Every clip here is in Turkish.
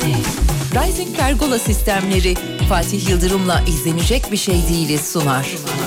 Rising Pergola sistemleri Fatih Yıldırım'la izlenecek bir şey değiliz sunar.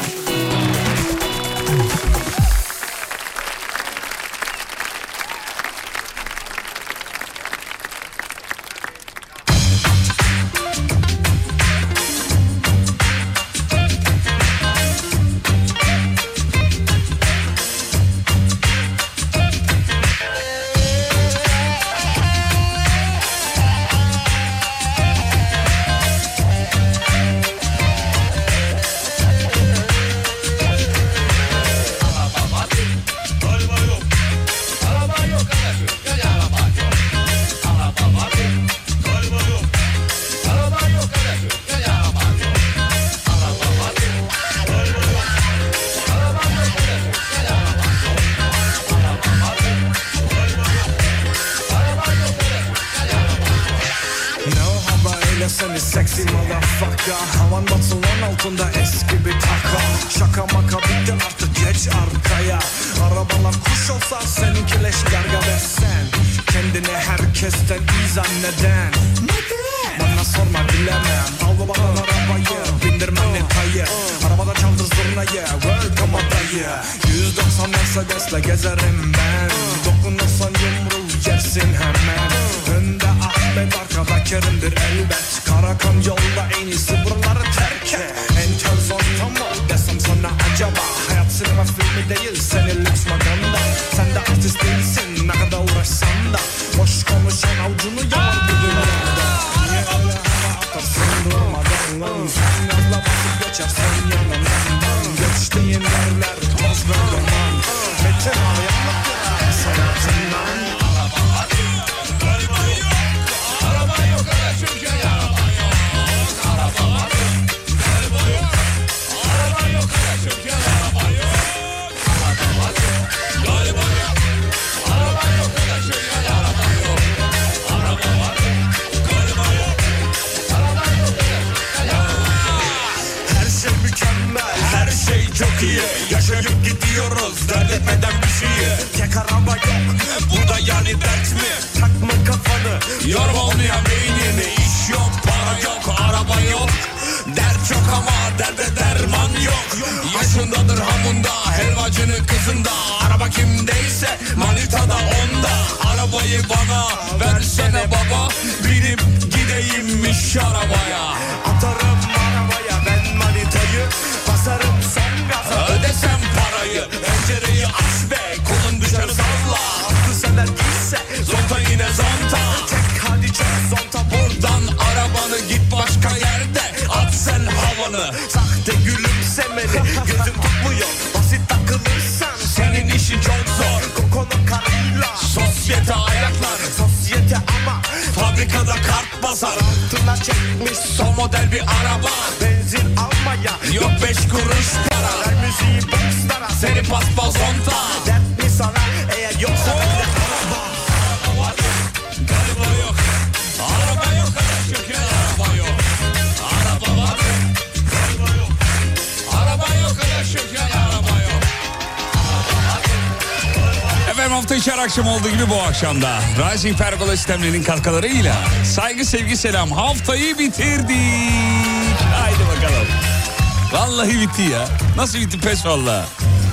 Akşam olduğu gibi bu akşamda Rising Pergola sistemlerinin katkılarıyla saygı, sevgi, selam, haftayı bitirdik. Haydi bakalım. Vallahi bitti ya. Nasıl bitti pes valla.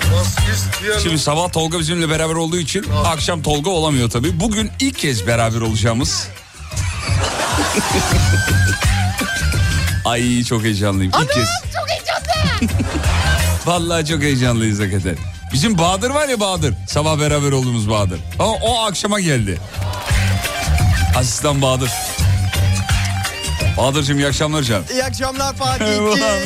Şimdi sabah Tolga bizimle beraber olduğu için akşam Tolga olamıyor tabii. Bugün ilk kez beraber olacağımız. Ay çok heyecanlıyım. İlk kez. Çok heyecanlı. Vallahi çok heyecanlıyız hakikaten. Bizim Bahadır var ya, Bahadır. Sabah beraber olduğumuz Bahadır. O akşama geldi. Asistan Bahadır. Bahadır'cığım iyi akşamlar canım. İyi akşamlar Fatih'ciğim.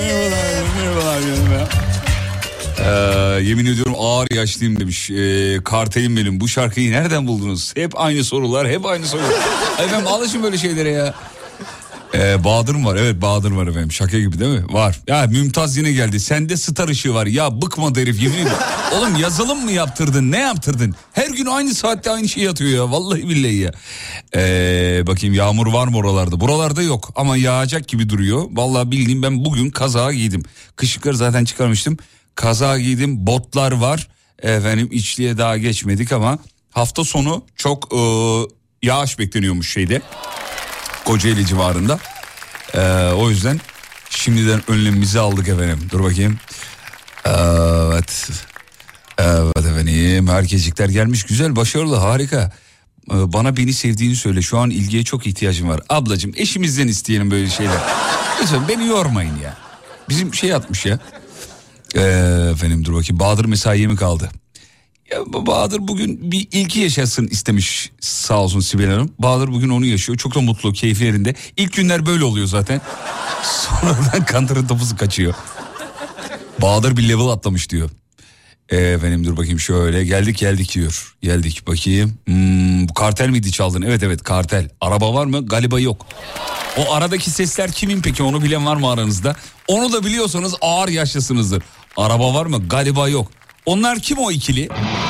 Merhabalar. Yemin ediyorum ağır yaşlıyım demiş. Kartayım benim. Bu şarkıyı nereden buldunuz? Hep aynı sorular, hep aynı sorular. Efendim alışın böyle şeylere ya. Bahadır mı var? Evet Bahadır var efendim. Şaka gibi değil mi? Var. Ya Mümtaz yine geldi. Sende star ışığı var. Ya bıkmadı herif yemin ediyorum. Oğlum yazılım mı yaptırdın? Ne yaptırdın? Her gün aynı saatte aynı şeyi atıyor ya. Vallahi billahi ya. Bakayım yağmur var mı oralarda? Buralarda yok ama yağacak gibi duruyor. Vallahi bildiğim ben bugün kazağı giydim. Kışlıkları zaten çıkarmıştım. Kazağı giydim. Botlar var. Efendim içliğe daha geçmedik ama hafta sonu çok yağış bekleniyormuş şeyde. Kocaeli civarında. O yüzden şimdiden önlemimizi aldık efendim. Dur bakayım. Evet. Evet efendim. Herkeslikler gelmiş. Güzel, başarılı, harika. Bana beni sevdiğini söyle. Şu an ilgiye çok ihtiyacım var. Ablacığım, eşimizden isteyelim böyle şeyler. Lütfen beni yormayın ya. Bizim şey atmış ya. Efendim dur bakayım. Bahadır mesaiye mi kaldı? Ya Bahadır bugün bir ilki yaşasın istemiş, sağ olsun Sibel Hanım. Bahadır bugün onu yaşıyor. Çok da mutlu, keyfi yerinde. İlk günler böyle oluyor zaten. Sonradan kantırın topuzu kaçıyor. Bahadır bir level atlamış diyor. Efendim dur bakayım şöyle. Geldik diyor. Geldik bakayım. Bu kartel miydi çaldın? Evet kartel. Araba var mı? Galiba yok. O aradaki sesler kimin peki? Onu bilen var mı aranızda? Onu da biliyorsanız ağır yaşlısınızdır. Araba var mı? Galiba yok. Onlar kim o ikili?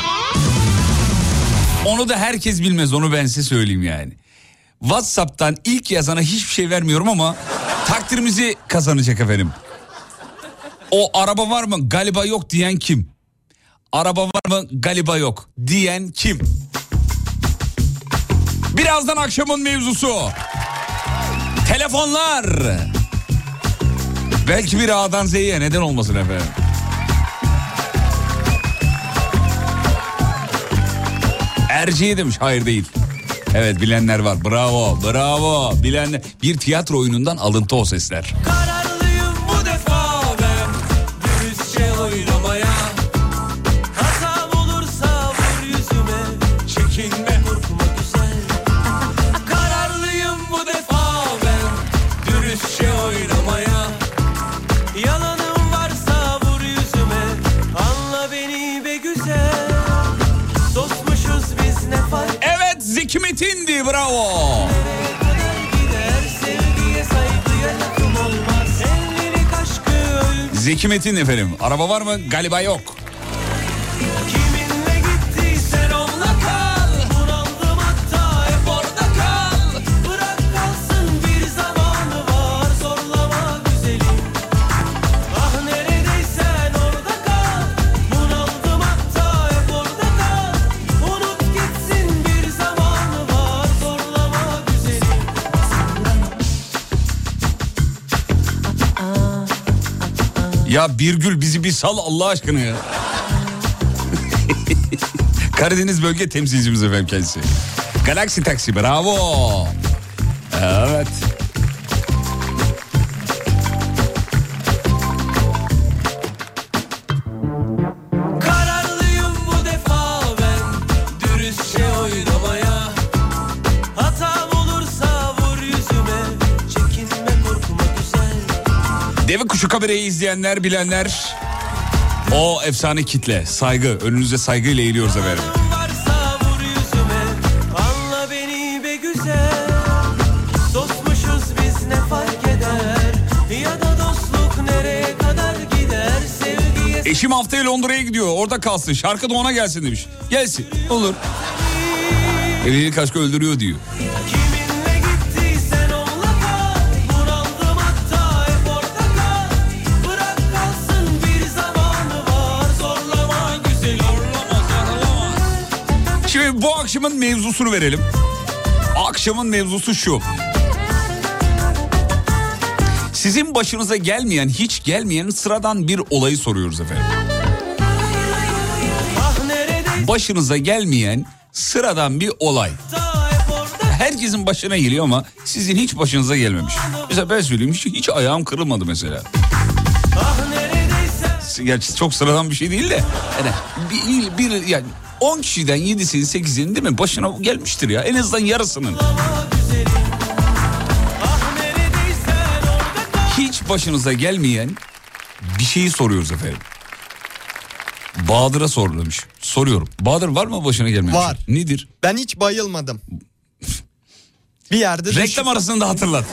Onu da herkes bilmez, onu ben size söyleyeyim yani. WhatsApp'tan ilk yazana hiçbir şey vermiyorum ama takdirimizi kazanacak efendim. O araba var mı? Galiba yok diyen kim? Araba var mı? Galiba yok diyen kim? Birazdan akşamın mevzusu. Telefonlar. Belki bir A'dan Z'ye, neden olmasın efendim? Erciye demiş, hayır değil. Evet, bilenler var, bravo bilenler. Bir tiyatro oyunundan alıntı o sesler. Kararlıyım bu defa ben dürüstçe oynamaya. Hatam olursa vur yüzüme, çekinme korkma güzel. Kararlıyım bu defa ben dürüstçe oynamaya. Yalanım varsa vur yüzüme, anla beni be güzel. Dostmuşuz biz ne fark. Evet, Zeki Metin'di, bravo. Zeki Metin efendim. Araba var mı? Galiba yok. Kiminle gittiysen onunla kal. Bunaldım hatta hep orada kal. Bırak kalsın, bir zamanı var. Zorlama güzelim. Ah neredeysen orada kal. Bunaldım hatta hep orada kal. Unut gitsin, bir zamanı var. Zorlama güzelim. Ya Birgül, bizi bir sal Allah aşkına ya. Karadeniz bölge temsilcimiz efendim kendisi. Galaxy Taxi, bravo. Evet. Kararlıyım bu defa ben dürüstçe oynamaya. Hatam olursa vur yüzüme, çekinme korkma güzel. Deve Kuşu kamerayı izleyenler, bilenler, o efsane kitle, saygı, önünüze saygıyla eğiliyoruz efendim. Varsa vur yüzüme, anla beni be güzel. Dostmuşuz biz ne fark eder, ya da dostluk nereye kadar gider, sevgiye. Eşim haftaya Londra'ya gidiyor, orada kalsın, şarkı da ona gelsin demiş. Gelsin, olur. Evlilik aşkı öldürüyor diyor. Kiminle gittiysen onunla kal. Bunaldım hatta hep orada kal. Bırak kalsın, bir zamanı var. Zorlama güzelim. Şimdi bu akşamın mevzusunu verelim. Akşamın mevzusu şu. Sizin başınıza gelmeyen, hiç gelmeyen sıradan bir olayı soruyoruz efendim. Ah nerede Başınıza gelmeyen sıradan bir olay. hep orada. Herkesin başına geliyor ama sizin hiç başınıza gelmemiş. Mesela ben söyleyeyim, hiç ayağım kırılmadı mesela. Ah neredeyse. Gerçi çok sıradan bir şey değil de. Yani yani 10 kişiden 7'sinin 8'inin değil mi başına gelmiştir ya. En azından yarısının. Ah neredeysen orada kal. Hiç başınıza gelmeyen bir şeyi soruyoruz efendim. Bahadır'a sorulmuş. Soruyorum. Bahadır, var mı başına gelmeyen? Var. Şey? Nedir? Ben hiç bayılmadım. Bir yerde Reklam arasında hatırlat.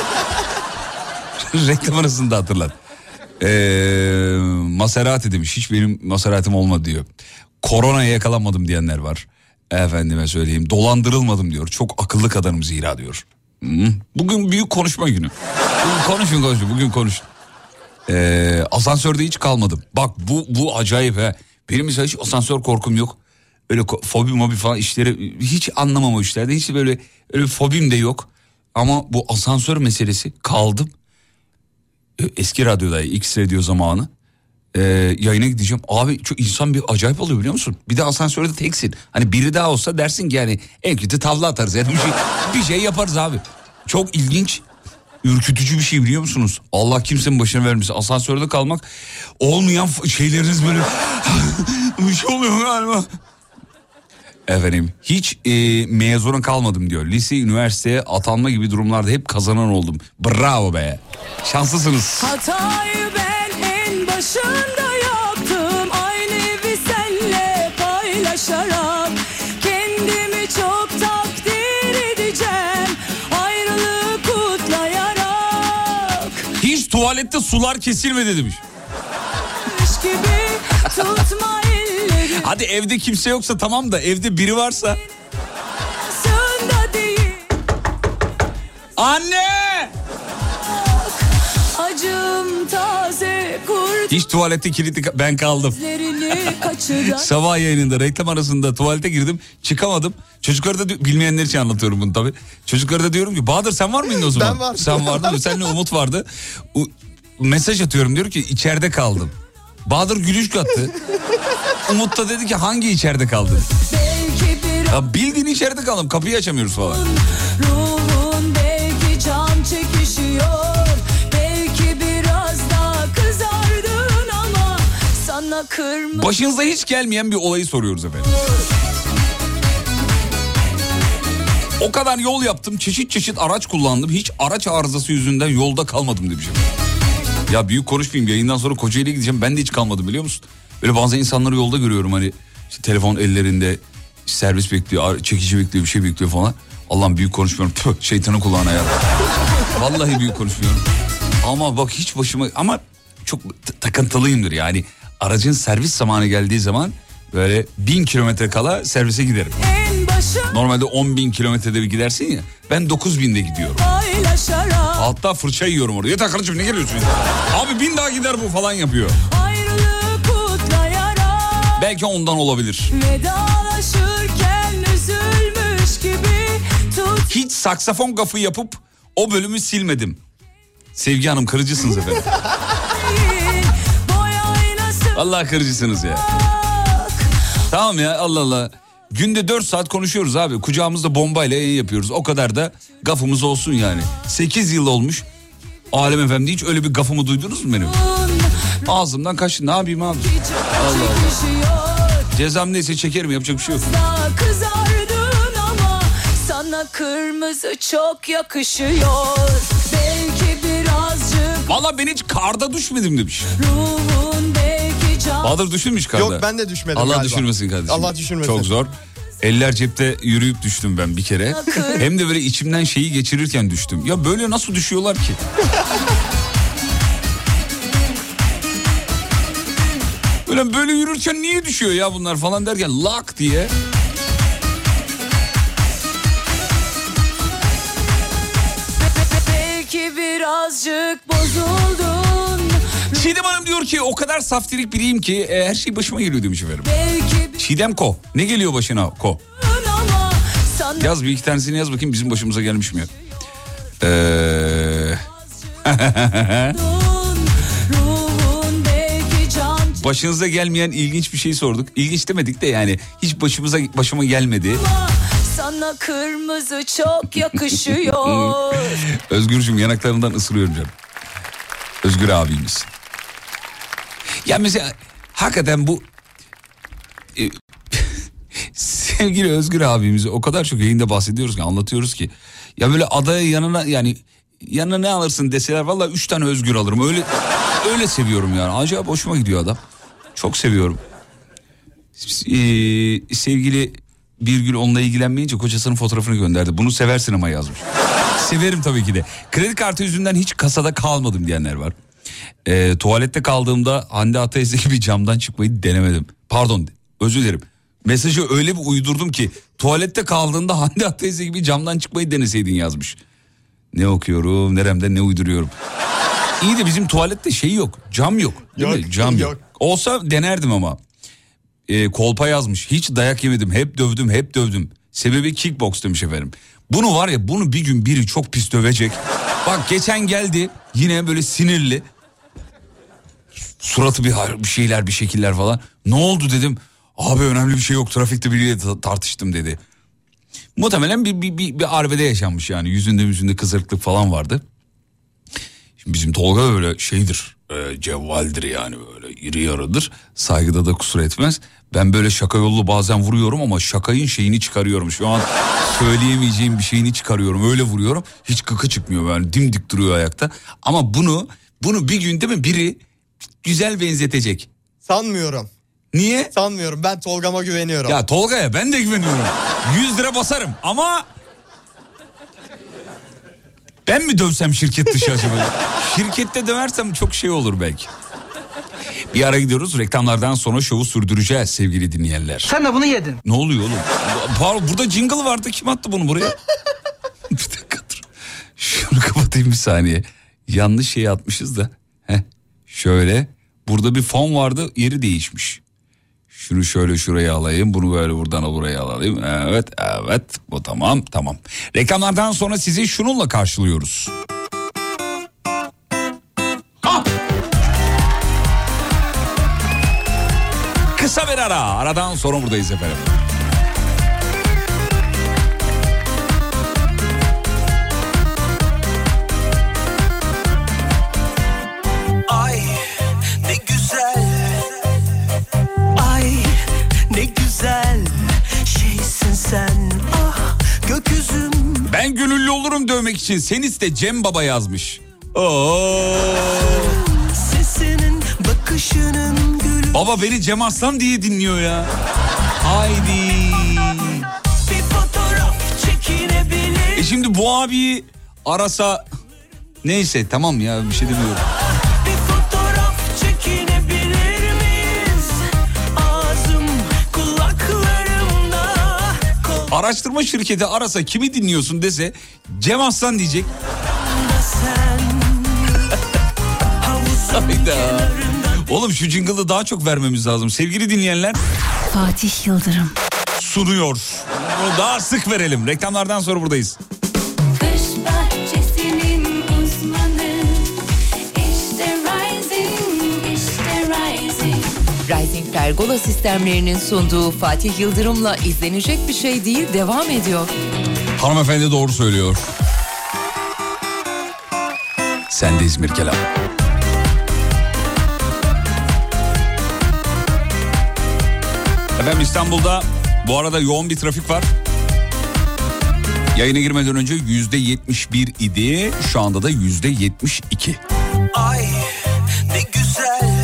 Reklam arasında hatırlat. Maserati demiş. Hiç benim Maserati'm olmadı diyor. Koronaya yakalanmadım diyenler var. Efendime söyleyeyim, dolandırılmadım diyor. Çok akıllı kadınım zira diyor. Bugün büyük konuşma günü. Konuşun. Bugün konuşun. Asansörde hiç kalmadım. Bak bu acayip he. Benim mesela hiç asansör korkum yok. Öyle fobi mobi falan işleri hiç anlamam o işlerde. Hiç böyle öyle bir fobim de yok. Ama bu asansör meselesi kaldım. Eski radyoda X radyo zamanı. Yayına gideceğim. Abi çok insan bir acayip oluyor biliyor musun? Bir de asansörde teksin. Hani biri daha olsa dersin ki yani en kötü tavla atarız. Yani bir şey yaparız abi. Çok ilginç. Ürkütücü bir şey biliyor musunuz? Allah kimsenin başına vermesin. Asansörde kalmak olmayan şeyleriniz böyle bir şey oluyor galiba. Efendim hiç mezuna kalmadım diyor. Lise, üniversiteye atanma gibi durumlarda hep kazanan oldum. Bravo be. Şanslısınız. Hatayı ben en başında yaptım. Aynı evi senle paylaşarak. Kendimi çok takdir edeceğim. Ayrılığı kutlayarak. Hiç tuvalette sular kesilmedi demiş. Gibi tutma elleri. Hadi evde kimse yoksa tamam da evde biri varsa. Sında değil. Anne! Acım taze kurt. Hiç tuvalette kilitli ben kaldım. Kaçıran. Sabah yayınında reklam arasında tuvalete girdim çıkamadım. Çocuklara da bilmeyenler için anlatıyorum bunu tabii. Çocuklara da diyorum ki Bahadır sen var mıydın o zaman? Ben vardım. Sen vardın mı? Seninle Umut vardı. Mesaj atıyorum diyor ki içeride kaldım. Bahadır gülüş kattı. Umut da dedi ki hangi içeride kaldın? Ya bildiğin içeride kaldım kapıyı açamıyoruz falan. Ruhun belki can çekişiyor. Belki biraz daha kızardın ama sana kırmızı. Başınıza hiç gelmeyen bir olayı soruyoruz efendim. O kadar yol yaptım, çeşit çeşit araç kullandım. Hiç araç arızası yüzünden yolda kalmadım demişim. Ya büyük konuşmayayım, yayından sonra Kocaeli'ye gideceğim. Ben de hiç kalmadım biliyor musun? Böyle bazen insanları yolda görüyorum hani işte telefon ellerinde, servis bekliyor, çekici bekliyor, bir şey bekliyor falan. Allah'ım büyük konuşmuyorum. Tüh, şeytanın kulağına ya. Vallahi büyük konuşmuyorum. Ama bak hiç başıma, ama çok takıntılıyımdır yani. Aracın servis zamanı geldiği zaman böyle 1000 kilometre kala servise giderim. Normalde 10.000 kilometrede bir gidersin ya. Ben 9.000'de gidiyorum. Hatta fırça yiyorum orada. Yeter kardeşim ne geliyorsun? Abi 1000 daha gider bu falan yapıyor. Belki ondan olabilir. Vedalaşırken üzülmüş gibi tut. Hiç saksafon gafı yapıp o bölümü silmedim. Sevgi Hanım kırıcısınız efendim. Vallahi kırıcısınız ya. Tamam ya Allah Allah. Günde 4 saat konuşuyoruz abi. Kucağımızda bombayla yayın yapıyoruz. O kadar da gafımız olsun yani. 8 yıl olmuş. Alem Efendi hiç öyle bir gafımı duydunuz mu benim? Ağzımdan kaçtı. Ne yapayım abi? Allah Allah. Cezam neyse çekerim, yapacak bir şey yok. Kızardın ama sana kırmızı çok yakışıyor. Belki birazcık. Valla ben hiç karda düşmedim demiş. Ruhun belki can. Bahadır düşmüş karda. Yok ben de düşmedim Allah galiba. düşürmesin kardeşim. Allah düşürmesin. Çok zor. Eller cepte yürüyüp düştüm ben bir kere. Hem de böyle içimden şeyi geçirirken düştüm. Ya böyle nasıl düşüyorlar ki? Böyle yürürken niye düşüyor ya bunlar falan derken lak diye. Belki birazcık bozuldun. Çiğdem Hanım diyor ki o kadar saftirik biriyim ki her şey başıma geliyor demiş efendim. Belki Çiğdem Ko. Ne geliyor başına Ko? ama sana Yaz bir iki tanesini yaz bakayım bizim başımıza gelmiş mi ya? ruhun belki can. Başınıza gelmeyen ilginç bir şey sorduk. İlginç demedik de yani hiç başıma gelmedi. Sana kırmızı çok yakışıyor. Özgürcüğüm yanaklarından ısırıyorum canım. Özgür abimiz. Ya mesela hakikaten bu sevgili Özgür abimizi o kadar çok yayında bahsediyoruz ki, anlatıyoruz ki. Ya böyle adaya yanına yani yanına ne alırsın deseler vallahi 3 tane Özgür alırım. Öyle seviyorum yani. Acayip hoşuma gidiyor adam. Çok seviyorum. Sevgili Birgül onunla ilgilenmeyince kocasının fotoğrafını gönderdi. Bunu seversin ama yazmış. Severim tabii ki de. Kredi kartı yüzünden hiç kasada kalmadım diyenler var. Tuvalette kaldığımda Hande Atayse gibi camdan çıkmayı denemedim. Pardon, özür dilerim. Mesajı öyle bir uydurdum ki tuvalette kaldığında Hande Atayse gibi camdan çıkmayı deneseydin yazmış. Ne okuyorum, neremden ne uyduruyorum. İyi de bizim tuvalette şey yok, cam yok. Değil mi? Cam yok. Olsa denerdim ama. Kolpa yazmış. Hiç dayak yemedim. Hep dövdüm. Sebebi kickbox demiş efendim. Bunu var ya, bunu bir gün biri çok pis dövecek. Bak geçen geldi yine böyle sinirli. Suratı bir şekiller falan. Ne oldu dedim. Abi önemli bir şey yok, trafikte biriyle tartıştım dedi. Muhtemelen bir arbede yaşanmış yani. Yüzünde kızarıklık falan vardı. Şimdi bizim Tolga böyle şeydir. Cevvaldir yani, böyle iri yarıdır. Saygıda da kusur etmez. Ben böyle şaka yollu bazen vuruyorum ama şakayın şeyini çıkarıyorum. Şu an söyleyemeyeceğim bir şeyini çıkarıyorum. Öyle vuruyorum. Hiç kıkı çıkmıyor, böyle dimdik duruyor ayakta. Ama bunu bir gün değil mi biri güzel benzetecek. Sanmıyorum. Niye? Sanmıyorum. Ben Tolga'ma güveniyorum. Ya Tolga'ya ben de güveniyorum. 100 lira basarım ama... Ben mi dövsem şirket dışı acaba? Şirkette döversem çok şey olur belki. Bir ara gidiyoruz. Reklamlardan sonra şovu sürdüreceğiz sevgili dinleyenler. Sen de bunu yedin. Ne oluyor oğlum? Burada jingle vardı. Kim attı bunu buraya? Bir dakika dur. Şunu kapatayım bir saniye. Yanlış şeyi atmışız da. Şöyle. Burada bir fon vardı. Yeri değişmiş. Şunu şöyle şuraya alayım. Bunu böyle buradan buraya alayım. Evet. Bu tamam. Reklamlardan sonra sizi şununla karşılıyoruz. Kısa bir ara. Aradan sonra buradayız efendim. Ay ne güzel, ay ne güzel şeysin sen, ah gökyüzüm. Ben gönüllü olurum dövmek için. Sen iste Cem Baba yazmış. Oo. Sesinin, bakışının gülü. Baba beni Cem Arslan diye dinliyor ya. Haydi. Bir fotoğraf çekinebilir. Şimdi bu abiyi arasa... Neyse tamam ya, bir şey demiyorum. Bir fotoğraf çekinebilir miyiz? Ağzım kulaklarımda. Araştırma şirketi arasa kimi dinliyorsun dese Cem Arslan diyecek. Hayda. Oğlum şu jingle'ı daha çok vermemiz lazım. Sevgili dinleyenler, Fatih Yıldırım. sunuyor. Bunu daha sık verelim. Reklamlardan sonra buradayız. Kış bahçesinin uzmanı. İşte Rising. Rising Pergola sistemlerinin sunduğu Fatih Yıldırım'la izlenecek bir şey değil devam ediyor. Hanımefendi doğru söylüyor. Sendeyiz Mirkelam. Efendim İstanbul'da bu arada yoğun bir trafik var. Yayına girmeden önce %71 idi. Şu anda da %72. Ay ne güzel,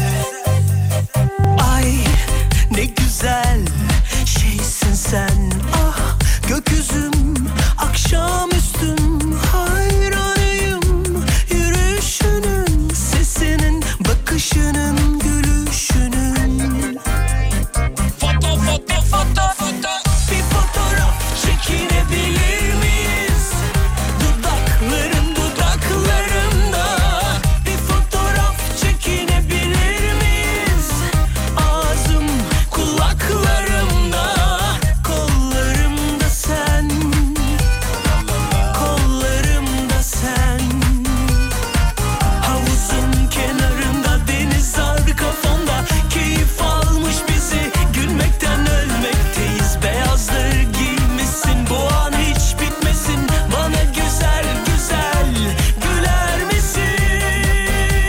ay ne güzel şeysin sen, ah gökyüzüm, akşamüstüm, hayranıyım yürüyüşünün, sesinin, bakışının, gülüşünün. Foto. Bir fotoğraf çekinebilir miyiz? Dudaklarım dudaklarımda. Bir fotoğraf çekinebilir miyiz? Ağzım kulaklarımda. Kollarımda sen. Kollarımda sen. Havuzun kenarında, deniz arka fonda. Keyif almış bizi, gülmekten ölmekteyiz. Beyazları giymişsin, bu an hiç bitmesin. Bana güzel güzel güler misin?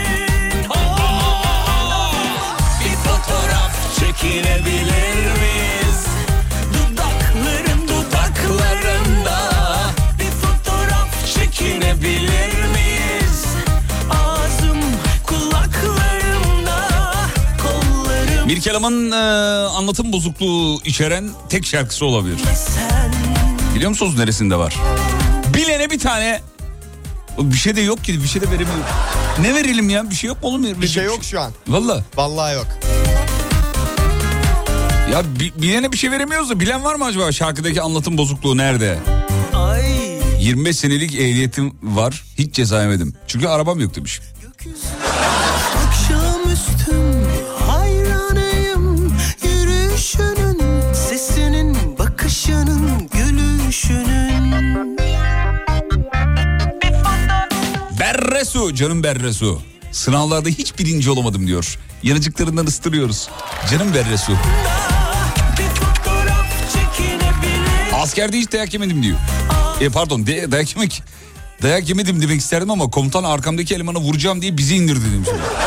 Bir fotoğraf çekinebilir miyiz? Dudaklarım dudaklarımda. Bir fotoğraf çekinebilir miyiz? Ağzım kulaklarımda. Kollarım Mirkelam'ın anlatım bozukluğu içeren tek şarkısı olabilir. sen. Biliyor musunuz neresinde var? Bilene bir tane. Bir şey de yok ki, bir şey de veremiyor. Ne verelim ya, bir şey yok mu oğlum? Bir şey yok şu an. Valla. Vallahi yok. Ya bilene bir şey veremiyoruz da bilen var mı acaba şarkıdaki anlatım bozukluğu nerede? Ay 25 senelik ehliyetim var, hiç ceza yemedim. Çünkü arabam yok demiş. akşamüstüm, hayranıyım yürüyüşünün, sesinin, bakışının, gülüşünün. Berresu, canım Berresu. Sınavlarda hiç birinci olamadım diyor. Yanıcıklarından ıstırıyoruz. Canım Berresu. Askerde hiç dayak yemedim diyor. Dayak yemedim demek isterdim ama komutan arkamdaki elemana vuracağım diye bizi indirdi demiş.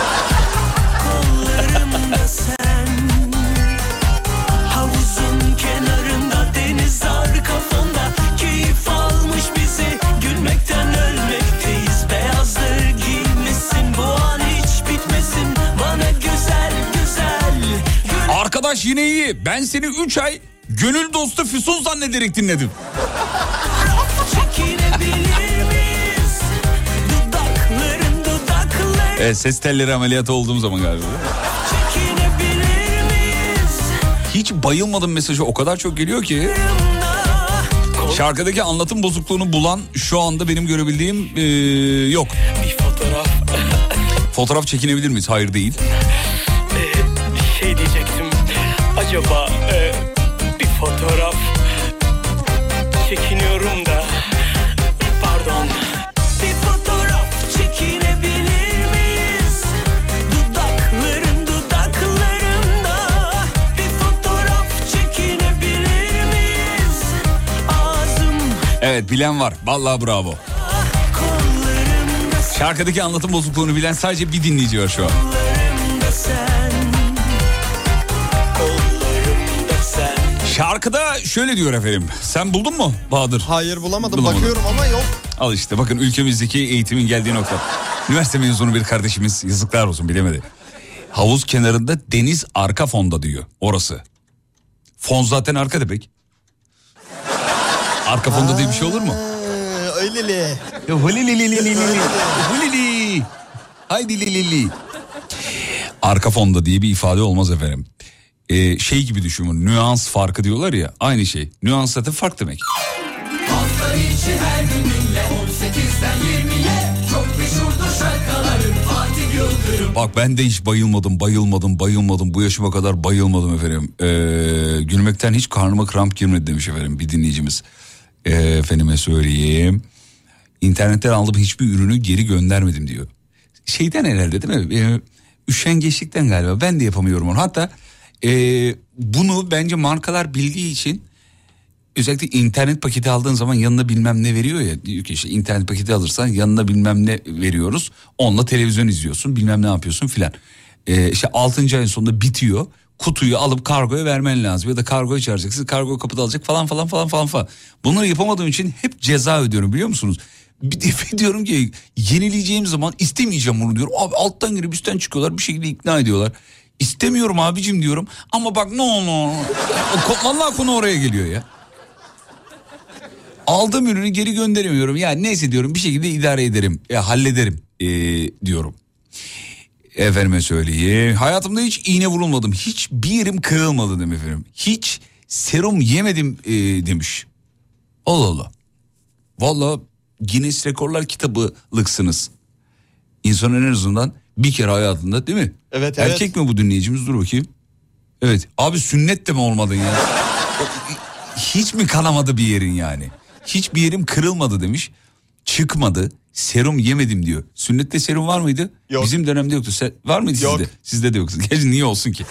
Kollarımda sen, havuzun kenarında, deniz arka fonda, keyif almış bizi, gülmekten ölmekteyiz. Beyazdır giymişsin, bu an hiç bitmesin, bana güzel güzel. Arkadaş yine iyi. Ben seni 3 ay gönül dostu Füsun zannederek dinledim. Evet, ses telleri ameliyatı olduğum zaman galiba. Hiç bayılmadım mesajı o kadar çok geliyor ki. Şarkıdaki anlatım bozukluğunu bulan şu anda benim görebildiğim yok. Bir fotoğraf. Fotoğraf çekinebilir miyiz? Hayır değil. Şey diyecektim. Acaba bir fotoğraf çekiniyorum da. Pardon. Bir fotoğraf çekinebilir miyiz? Dudaklarında. Bir fotoğraf çekinebilir miyiz? Ağzım. Evet, bilen var. Vallahi bravo. Şarkıdaki anlatım bozukluğunu bilen sadece bir dinleyici var şu an. Şarkıda şöyle diyor efendim. Sen buldun mu Bahadır? Hayır bulamadım. Bulamadım. Bakıyorum ama yok. Al işte bakın ülkemizdeki eğitimin geldiği nokta. Üniversite mezunu bir kardeşimiz, yazıklar olsun, bilemedi. Havuz kenarında, deniz arka fonda diyor orası. Fon zaten arka demek. Arka fonda diye bir şey olur mu? Öyleli. Haydi lili. Arka fonda diye bir ifade olmaz efendim. Şey gibi düşünün, nüans farkı diyorlar ya, aynı şey. Nüans zaten fark demek. Hafta içi her gününle 18'den 20'ye çok meşhurdur şarkıların Fatih Yıldırım. Bak ben de hiç bayılmadım. Bu yaşıma kadar bayılmadım efendim. Gülmekten hiç karnıma kramp girmedi demiş efendim bir dinleyicimiz. Efendime söyleyeyim. İnternetten aldığım hiçbir ürünü geri göndermedim diyor. Şeyden herhalde değil mi? Üşengeçlikten galiba. Ben de yapamıyorum onu. Hatta bunu bence markalar bildiği için, özellikle internet paketi aldığın zaman yanına bilmem ne veriyor ya. Diyor ki işte internet paketi alırsan yanına bilmem ne veriyoruz. Onunla televizyon izliyorsun, bilmem ne yapıyorsun filan. İşte 6. ayın sonunda bitiyor. Kutuyu alıp kargoya vermen lazım. Ya da kargoya çağıracaksın. Kargo kapıda alacak falan. Bunları yapamadığım için hep ceza ödüyorum, biliyor musunuz? Bir defa diyorum ki yenileyeceğim zaman istemeyeceğim bunu diyorum. Abi alttan girip üstten çıkıyorlar, bir şekilde ikna ediyorlar. İstemiyorum abicim diyorum. Ama bak no. Vallahi konu oraya geliyor ya. Aldığım ürünü geri gönderemiyorum. Ya neyse diyorum, bir şekilde idare ederim. Ya hallederim diyorum. Efendime söyleyeyim. Hayatımda hiç iğne vurulmadım. Hiç bir yerim kırılmadı demiş efendim. Hiç serum yemedim demiş. Allah Allah. Vallahi Guinness Rekorlar kitabılıksınız. İnsanın en azından bir kere hayatında, değil mi? Evet. Erkek mi bu dinleyicimiz? Dur bakayım. Evet. Abi sünnet de mi olmadın ya? Hiç mi kanamadı bir yerin yani? Hiç bir yerim kırılmadı demiş. Çıkmadı. Serum yemedim diyor. Sünnette serum var mıydı? Yok. Bizim dönemde yoktu. Var mıydı Yok. sizde? Sizde de yoktu. Gerçi niye olsun ki?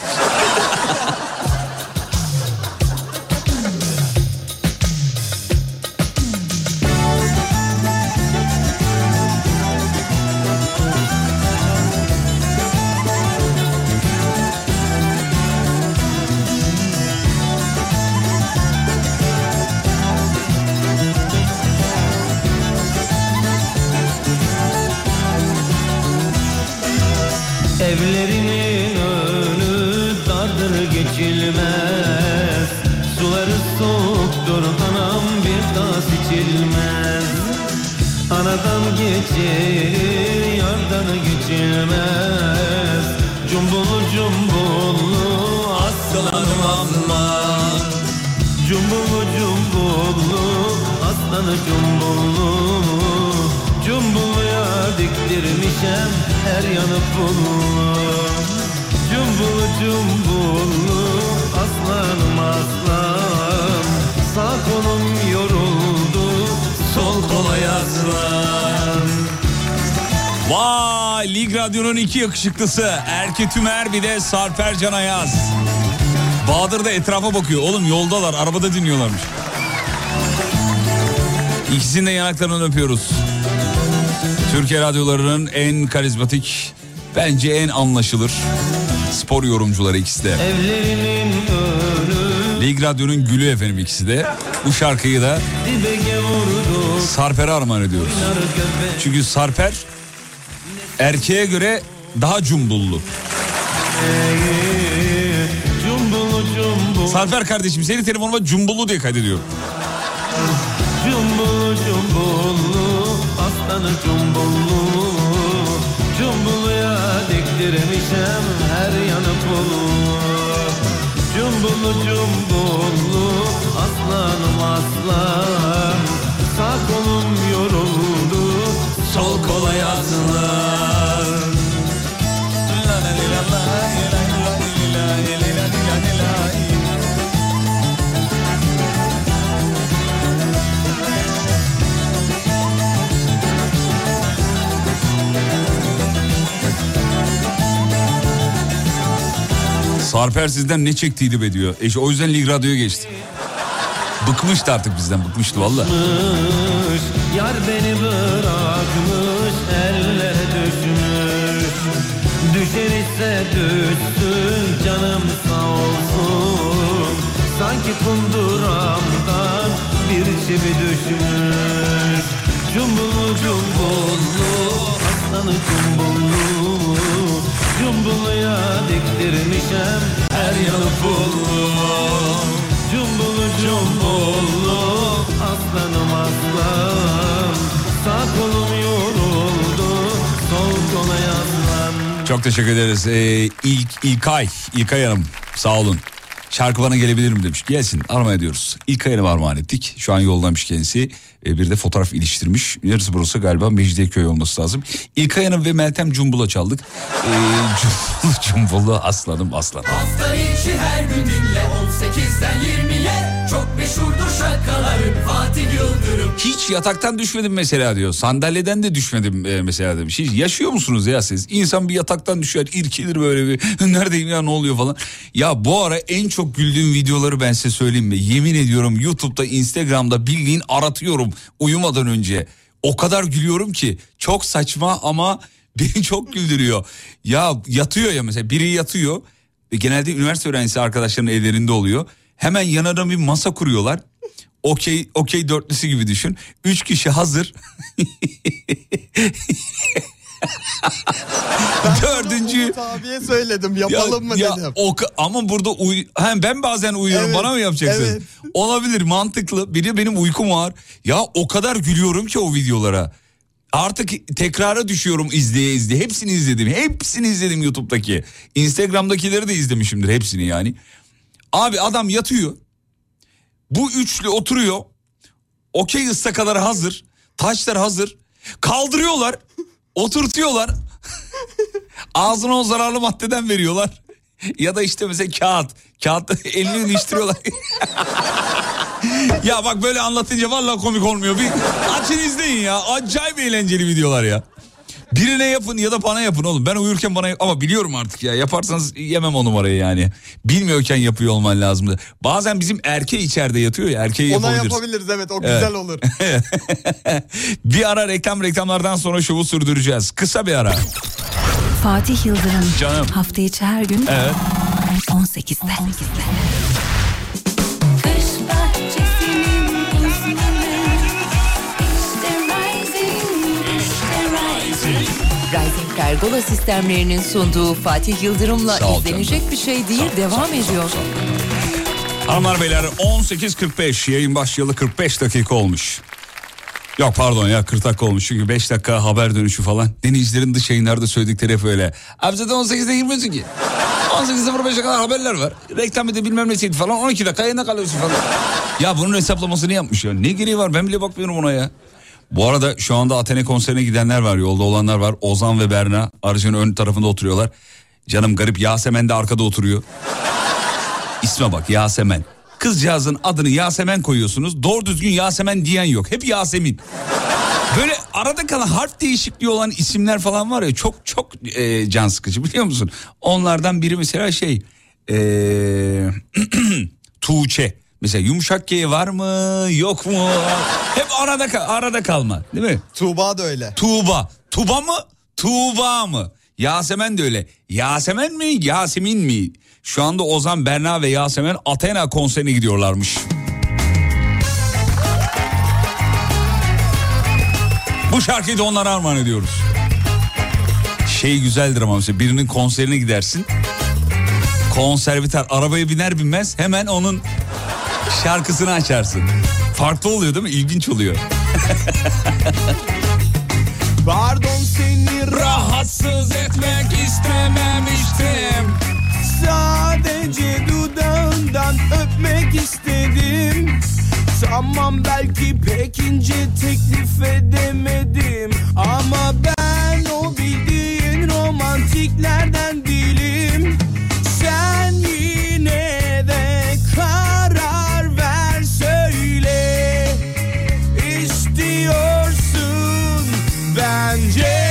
Evlerinin önü dardır geçilmez. Suları soğuktur anam, bir tas içilmez. Anadan geçilir yardan geçilmez. Cumbullu aslanım aslan. Cumbullu aslanı cumbullu. Cumbulluya diktirmişem her yanı pullu. Cumbullu aslanım aslan. Sağ kolum yoruldu, sol kola yaslan. Vay, Lig Radyo'nun iki yakışıklısı Erke Tümer, bir de Sarper Can Ayaz. Bahadır da etrafa bakıyor. Oğlum yoldalar, arabada dinliyorlarmış. İkisinin de yanaklarından öpüyoruz. Türkiye radyolarının en karizmatik, bence en anlaşılır spor yorumcuları ikisi de. Lig Radyo'nun gülü efendim ikisi de. Bu şarkıyı da Sarper'e armağan ediyoruz. Çünkü Sarper erkeğe göre daha cumbullu. Sarper kardeşim, seni telefonuma cumbullu diye kaydediyorum. Cumbullu cumbullu, aslanı cumbullu, cumbulluya diktirmişem her yanı pulu. Cumbullu cumbullu, aslanım aslan, sağ kolum yoruldu, sol kola yaslan. Sarper sizden ne çektiydi be diyor. O yüzden Lig Radyo'ya geçti. Bıkmıştı artık bizden, bıkmıştı valla. Yar beni bırakmış, ellere düşmüş. Düşer ise düşsün, canım sağ olsun. Sanki kunduramdan bir çivi düşmüş. Cumbullu cumbullu, aslanı cumbullu, cumbulluya diktirmişem her yanı pullu. Cumbullu cumbullu, aslanım aslan, sağ kolum yoruldu, sol kola yaslan. Çok teşekkür ederiz. İlkay Hanım, sağ olun. Şarkı bana gelebilir mi demiş. Gelsin, armağan ediyoruz. İlkay Hanım'a armağan ettik. Şu an yollamış kendisi. Bir de fotoğraf iliştirmiş. Neresi burası? Galiba Mecidiyeköy olması lazım. İlkay Hanım ve Meltem Cumbul'a çaldık. Cumbul'u aslanım aslan. Hafta içi her gün dinle 18'den 20'ye. Çok meşhurdur şakalarım Fatih Yıldırım. Hiç yataktan düşmedim mesela diyor. Sandalyeden de düşmedim mesela demiş. Hiç yaşıyor musunuz ya siz? İnsan bir yataktan düşer, irkilir böyle bir. Neredeyim ya, ne oluyor falan. Ya bu ara en çok güldüğüm videoları ben size söyleyeyim mi? Yemin ediyorum YouTube'da, Instagram'da bildiğin aratıyorum uyumadan önce. O kadar gülüyorum ki, çok saçma ama beni çok güldürüyor. Ya yatıyor ya mesela, biri yatıyor. Genelde üniversite öğrencisi arkadaşların evlerinde oluyor. Hemen yanına bir masa kuruyorlar. Okey dörtlüsü gibi düşün. 3 kişi hazır. Dördüncü. Abiye söyledim, yapalım mı dedim. Ama burada ben bazen uyuyorum, evet, bana mı yapacaksın? Evet. Olabilir, mantıklı. Bir de benim uykum var. Ya o kadar gülüyorum ki o videolara. Artık tekrara düşüyorum izleye. Hepsini izledim YouTube'daki. Instagram'dakileri de izlemişimdir hepsini yani. Abi adam yatıyor. Bu üçlü oturuyor. Okey ıstakaları hazır. Taşlar hazır. Kaldırıyorlar. Oturtuyorlar. Ağzına o zararlı maddeden veriyorlar. Ya da işte mesela kağıt elini iliştiriyorlar. Ya bak böyle anlatınca vallahi komik olmuyor. Bir açın izleyin ya. Acayip eğlenceli videolar ya. Birine yapın ya da bana yapın oğlum. Ben uyurken bana ama biliyorum artık ya. Yaparsanız yemem o numarayı yani. Bilmiyorken yapıyor olman lazımdı. Bazen bizim erkeği içeride yatıyor ya. Erkeği yapabiliriz. Ona yapabiliriz, evet, o güzel olur. Bir ara reklamlardan sonra şovu sürdüreceğiz. Kısa bir ara. Fatih Yıldırım. Canım. Hafta içi her gün. Evet. 18'de. Kış bahçesinin uzmanı, işte Rising. Rising Pergola sistemlerinin sunduğu Fatih Yıldırım'la Sağ ol izlenecek canım. bir şey değil, devam ediyor. Hanımlar beyler, 18.45 yayın başlayalı 45 dakika olmuş. Yok pardon ya, 40 dakika olmuş çünkü 5 dakika haber dönüşü falan. Denizcilerin dış yayınlarda söyledikleri hep öyle. Abi zaten 18'de girmiyorsun ki. 18.05'e kadar haberler var. Reklam edip bilmem nesiydi falan, 12 dakika yayında kalıyorsun falan. Ya bunun hesaplamasını yapmış ya. Ne gereği var, ben bile bakmıyorum ona ya. Bu arada şu anda Athena konserine gidenler var, yolda olanlar var. Ozan ve Berna aracın ön tarafında oturuyorlar. Canım garip Yasemen de arkada oturuyor. İsme bak, Yasemen. Kızcağızın adını Yasemen koyuyorsunuz. Doğru düzgün Yasemen diyen yok. Hep Yasemin. Böyle arada kalan harf değişikliği olan isimler falan var ya, çok can sıkıcı, biliyor musun? Onlardan biri mesela Tuğçe. Mesela yumuşak G var mı yok mu? Hep arada kalma, değil mi? Tuğba da öyle. Tuğba mı? Tuğba mı? Yasemen de öyle. Yasemen mi? Yasemin mi? Şu anda Ozan, Berna ve Yasemen Athena konserine gidiyorlarmış. Bu şarkıyı da onlara armağan ediyoruz. Güzeldir ama mesela birinin konserine gidersin. Konser biter, arabaya biner binmez hemen onun şarkısını açarsın. Farklı oluyor değil mi? İlginç oluyor. Pardon, seni rahatsız etmek istememiştim. Sadece dudağından öpmek istedim. Tamam, belki pek ince teklif edemedim. Ama ben o bildiğin romantiklerden değilim. Sen yine de karar ver, söyle. İstiyorsun bence.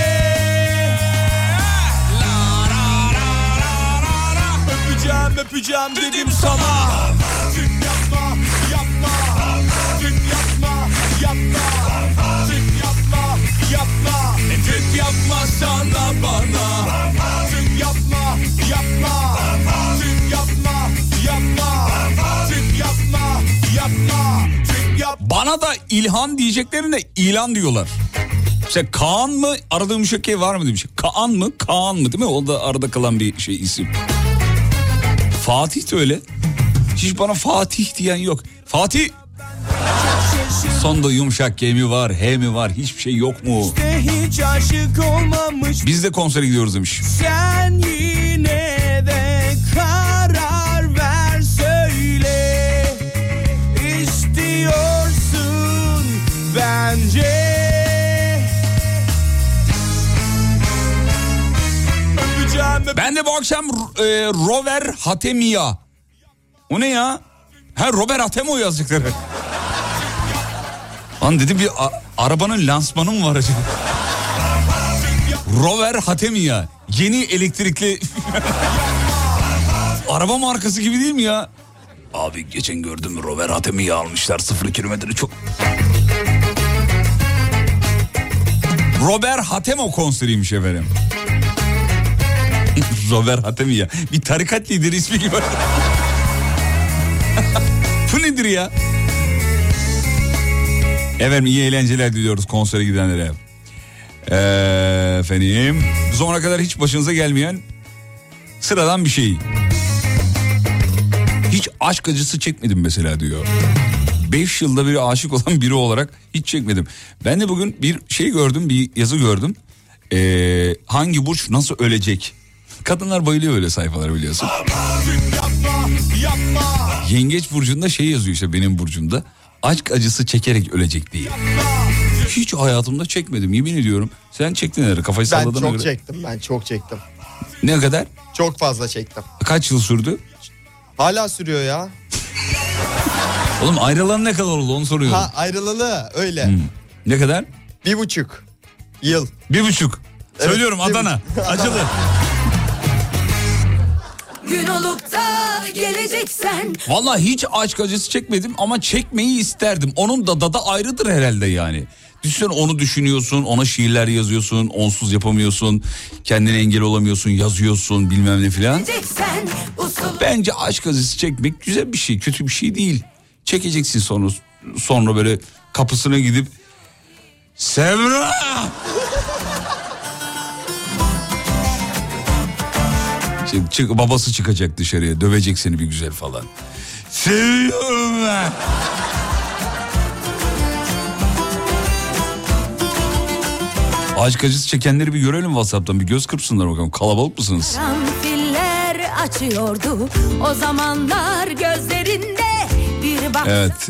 Öpeceğim dedim sana. Çık yapma, yapma. Çık yapma, yapma. Çık yapma, yapma. Çık yapma sana bana. Çık yapma, yapma. Çık yapma, yapma. Çık yapma, yapma. Çık yapma. Bana da İlhan diyeceklerine ilan diyorlar. İşte Kaan mı, aradığım şey var mı demiş. Kaan mı değil mi? O da arada kalan bir isim. Fatih de öyle. Hiç bana Fatih diyen yok. Fatih. Sonda yumuşak G mi var, H mi var, hiçbir şey yok mu? Hiç aşık olmamış. Biz de konsere gidiyoruz demiş. Sen yine de karar ver, söyle. İstiyorsun bence. Ben de bu akşam Rover Hatemia. O ne ya? Robert Hatemo yazdıkları. Lan dedim, bir arabanın lansmanı mı var acaba? Rover Hatemia. Yeni elektrikli araba markası gibi değil mi ya? Abi geçen gördüm, Rover Hatemia almışlar, 0 kilometre çok. Robert Hatemo konseriymiş efendim. Robert Hatemia. Bir tarikat lideri ismi gibi. Bu nedir ya? Efendim iyi eğlenceler diliyoruz konsere gidenlere. Efendim. Bu zamana kadar hiç başınıza gelmeyen sıradan bir şey. Hiç aşk acısı çekmedim mesela diyor. 5 yılda bir aşık olan biri olarak hiç çekmedim. Ben de bugün bir gördüm, bir yazı gördüm. Hangi burç nasıl ölecek? Kadınlar bayılıyor öyle sayfalara, biliyorsun. Yengeç burcunda yazıyor işte, benim burcumda. Aşk acısı çekerek ölecek diye. Hiç hayatımda çekmedim, yemin ediyorum. Sen çektin herhalde, kafayı salladın. Ben çok çektim. Ne kadar? Çok fazla çektim. Kaç yıl sürdü? Hala sürüyor ya. Oğlum ayrılan ne kadar oldu onu soruyorum. Ayrılalı öyle. Ne kadar? 1,5 yıl. 1,5. Evet, söylüyorum Adana. Acılı. Gün olup da geleceksen. Vallahi hiç aşk acısı çekmedim ama çekmeyi isterdim. Onun da ayrıdır herhalde yani. Düşünsene, onu düşünüyorsun, ona şiirler yazıyorsun, onsuz yapamıyorsun, kendine engel olamıyorsun, yazıyorsun bilmem ne filan. Bence aşk acısı çekmek güzel bir şey, kötü bir şey değil. Çekeceksin sonra böyle kapısına gidip Sevra! Babası çıkacak dışarıya, dövecek seni bir güzel falan. Seviyorum ben. Aşk acısı çekenleri bir görelim WhatsApp'tan, bir göz kırpsınlar bakalım. Kalabalık mısınız? Karanfiller açıyordu o zamanlar gözlerinde bir bak. Evet.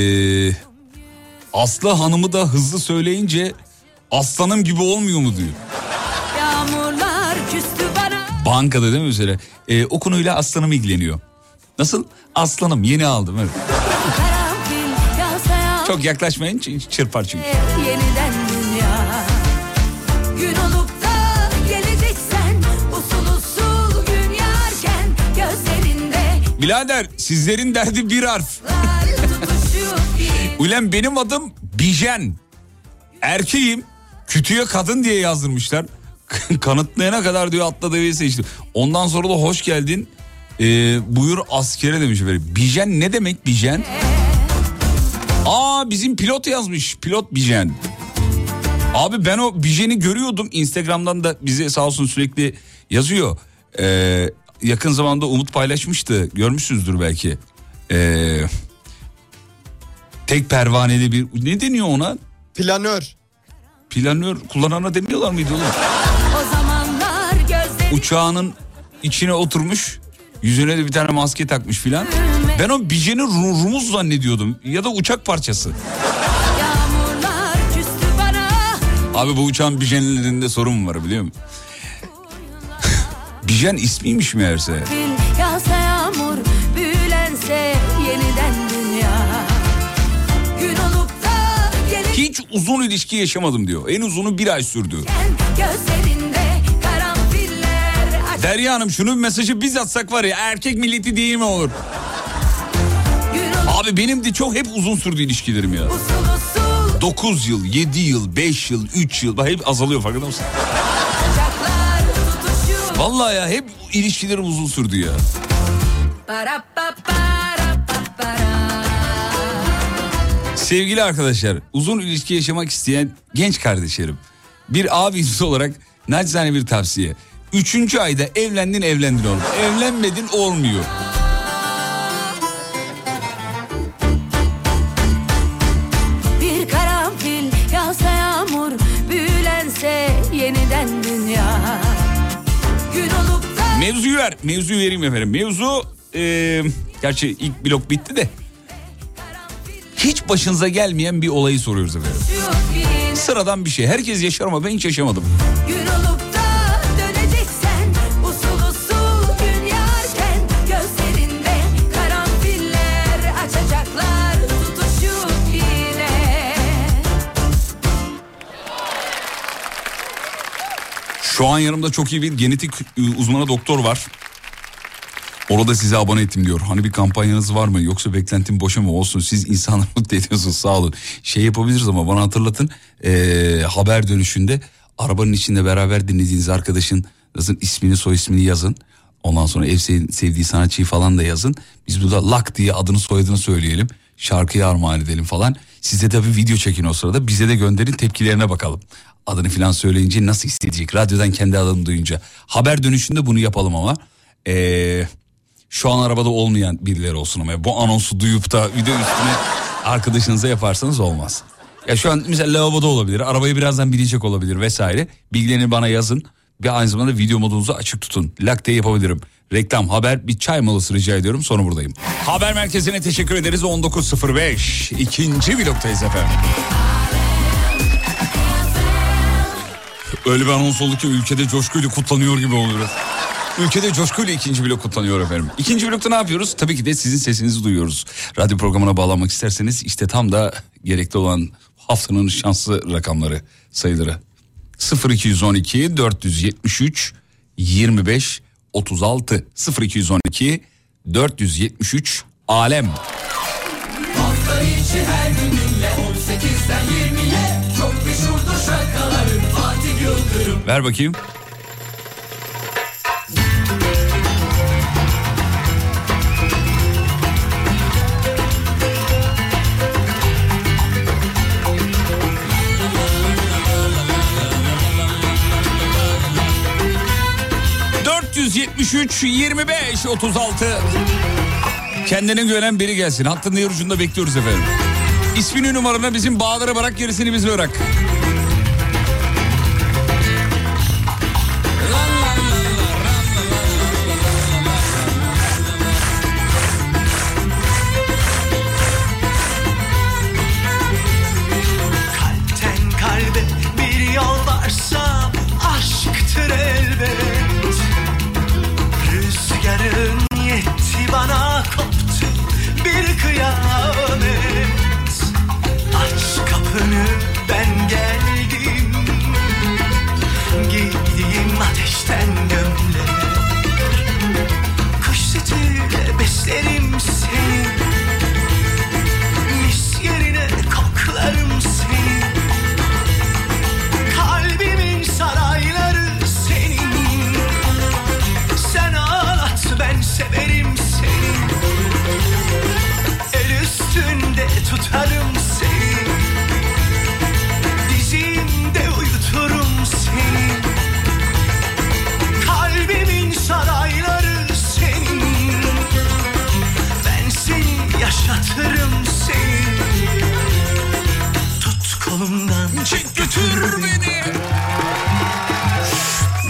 Aslı Hanım'ı da hızlı söyleyince aslanım gibi olmuyor mu diyor. Yağmurlar küstü bana. Bankada değil mi mesela? O konuyla aslanım ilgileniyor. Nasıl? Aslanım yeni aldım. Evet. Karanfil yağsa Çok yaklaşmayın, çırpar çünkü. yeniden Birader sizlerin derdi bir harf. Ulan benim adım Bijen. Erkeğim, kütüye kadın diye yazdırmışlar. Kanıtlayana kadar diyor atla deveyi seçtim. Ondan sonra da hoş geldin. Buyur askere demiş efendim. Bijen ne demek Bijen? Bizim pilot yazmış. Pilot Bijen. Abi ben o Bijen'i görüyordum. Instagram'dan da bize sağ olsun sürekli yazıyor. Yakın zamanda Umut paylaşmıştı. Görmüşsünüzdür belki. Tek pervaneli bir... Ne deniyor ona? Planör. Planör kullanana demiyorlar mıydı oğlum? Uçağının içine oturmuş. Yüzüne de bir tane maske takmış filan. Ben o Bijen'i rumuz zannediyordum. Ya da uçak parçası. Abi bu uçağın Bijen'lerinde sorun var biliyor musun? Bijen ismiymiş meğerse. Yağsa yağmur, büyülense yeniden dünya. Gün olup da gelecek. Hiç uzun ilişki yaşamadım diyor. En uzunu 1 ay sürdü. Gözlerinde karanfiller. Derya Hanım şunun mesajı biz atsak var ya, erkek milleti değil mi olur? Abi benim de çok hep uzun sürdü ilişkilerim ya. 9 yıl, 7 yıl, 5 yıl, 3 yıl. Bak hep azalıyor, farkında mısın? Vallahi ya hep ilişkilerim uzun sürdü ya. Sevgili arkadaşlar, uzun ilişki yaşamak isteyen genç kardeşlerim, bir abisi olarak naçizane bir tavsiye. 3. ayda evlendin oğlum. Evlenmedin olmuyor. Bir karanfil yağsa yağmur, büyülense yeniden dünya. Gün olup da... Mevzuyu vereyim efendim. Mevzu gerçi ilk blok bitti de. Hiç başınıza gelmeyen bir olayı soruyoruz efendim. Sıradan bir şey. Herkes yaşar ama ben hiç yaşamadım. Gün olup da döneceksen usul usul gün yarken gözlerinde karanfiller açacaklar tutuşup yine. Şu an yanımda çok iyi bir genetik uzmanı doktor var. Orada size abone ettim diyor. Hani bir kampanyanız var mı? Yoksa beklentim boşa mı? Olsun, siz insanları mutlu ediyorsunuz, sağ olun. Şey yapabiliriz ama bana hatırlatın. Haber dönüşünde arabanın içinde beraber dinlediğiniz arkadaşın ismini, soy ismini yazın. Ondan sonra sevdiği sanatçıyı falan da yazın. Biz burada lak diye adını soyadını söyleyelim. Şarkıyı armağan edelim falan. Siz de tabii video çekin o sırada. Bize de gönderin, tepkilerine bakalım. Adını falan söyleyince nasıl hissedecek? Radyodan kendi adını duyunca. Haber dönüşünde bunu yapalım ama. Şu an arabada olmayan birileri olsun ama bu anonsu duyup da video üstüne arkadaşınıza yaparsanız olmaz. Ya şu an mesela lavaboda olabilir, arabayı birazdan bilecek olabilir vesaire. Bilgilerini bana yazın ve aynı zamanda video modunuzu açık tutun. Lakte yapabilirim. Reklam, haber, bir çay molası rica ediyorum, sonra buradayım. Haber merkezine teşekkür ederiz. 19.05 ikinci bloktayız efendim. Öyle bir anons oldu ki ülkede coşkuyla kutlanıyor gibi oluyor. Ülkede coşkuyla ikinci blok kutlanıyor efendim. İkinci blokta ne yapıyoruz? Tabii ki de sizin sesinizi duyuyoruz. Radyo programına bağlanmak isterseniz işte tam da gerekli olan haftanın şanslı rakamları, sayıları. 0212 473 25 36 0212 473 alem. Hafta içi her gününle 18'den 20'ye çok meşhurdur şarkıların Fatih Yıldırım. Ver bakayım. ...473 25 36... Kendine güvenen biri gelsin. Hattın diğer ucunda bekliyoruz efendim. İsmini, numarana bizim bağları bırak, gerisini bize bırak. Kalpten kalbe bir yol varsa aşktır elbet. Rüzgarın yetti bana, koptu bir kıyamet. Aç kapını ben gel.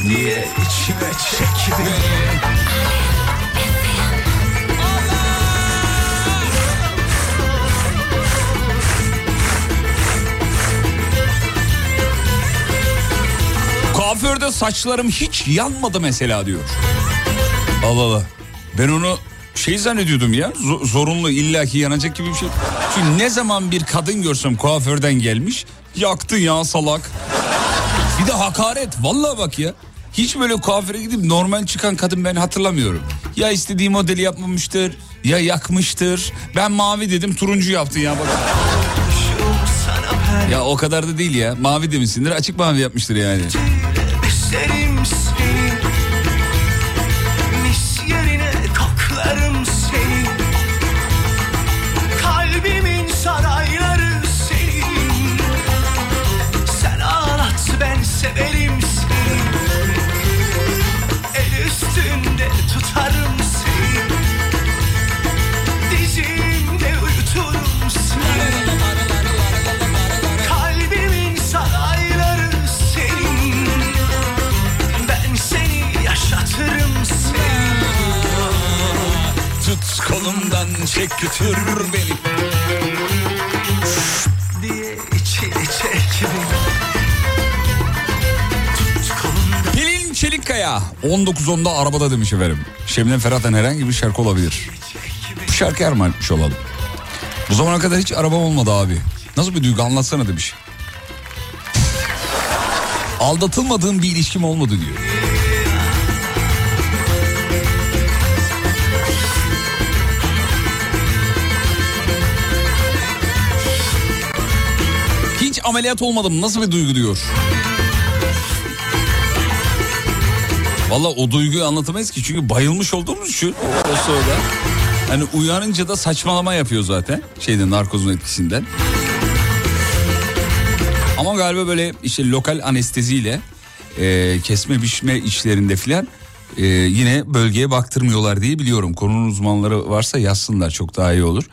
diye içime çek beni. Kuaförde saçlarım hiç yanmadı mesela diyor. Allah Allah. Ben onu zannediyordum ya. Zorunlu illaki yanacak gibi bir şey. Çünkü ne zaman bir kadın görsem kuaförden gelmiş. Yaktın ya salak. Bir de hakaret. Vallahi bak ya. Hiç böyle kuaföre gidip normal çıkan kadın ben hatırlamıyorum. Ya istediği modeli yapmamıştır. Ya yakmıştır. Ben mavi dedim turuncu yaptın ya bak. Ya o kadar da değil ya. Mavi demişsindir, açık mavi yapmıştır yani. Beslerim seni, mis yerine koklarım seni. Kalbimin sarayları senin. Sen ağlat ben severim seni. El üstünde tutarım seni. Dizimde uyuturum seni. Kalbimin sarayları senin. Ben seni yaşatırım seni. Tut kolumdan çek götür beni. Diye içine çek beni. Tut kolumdan. Pelin Çelikkaya 19.10'da arabada demiş efendim. Şebnem Ferah'tan herhangi bir şarkı olabilir. Bu şarkı armağan etmiş olalım. Bu zamana kadar hiç arabam olmadı abi. Nasıl bir duygu, anlatsana demiş. Aldatılmadığım bir ilişkim olmadı diyor. Hiç ameliyat olmadım, nasıl bir duygu diyor. Vallahi o duyguyu anlatamayız ki çünkü bayılmış olduğumuz için o sırada. Hani uyanınca da saçmalama yapıyor zaten narkozun etkisinden. Ama galiba böyle işte lokal anesteziyle kesme biçme işlerinde filan yine bölgeye baktırmıyorlar diye biliyorum. Konunun uzmanları varsa yazsınlar, çok daha iyi olur.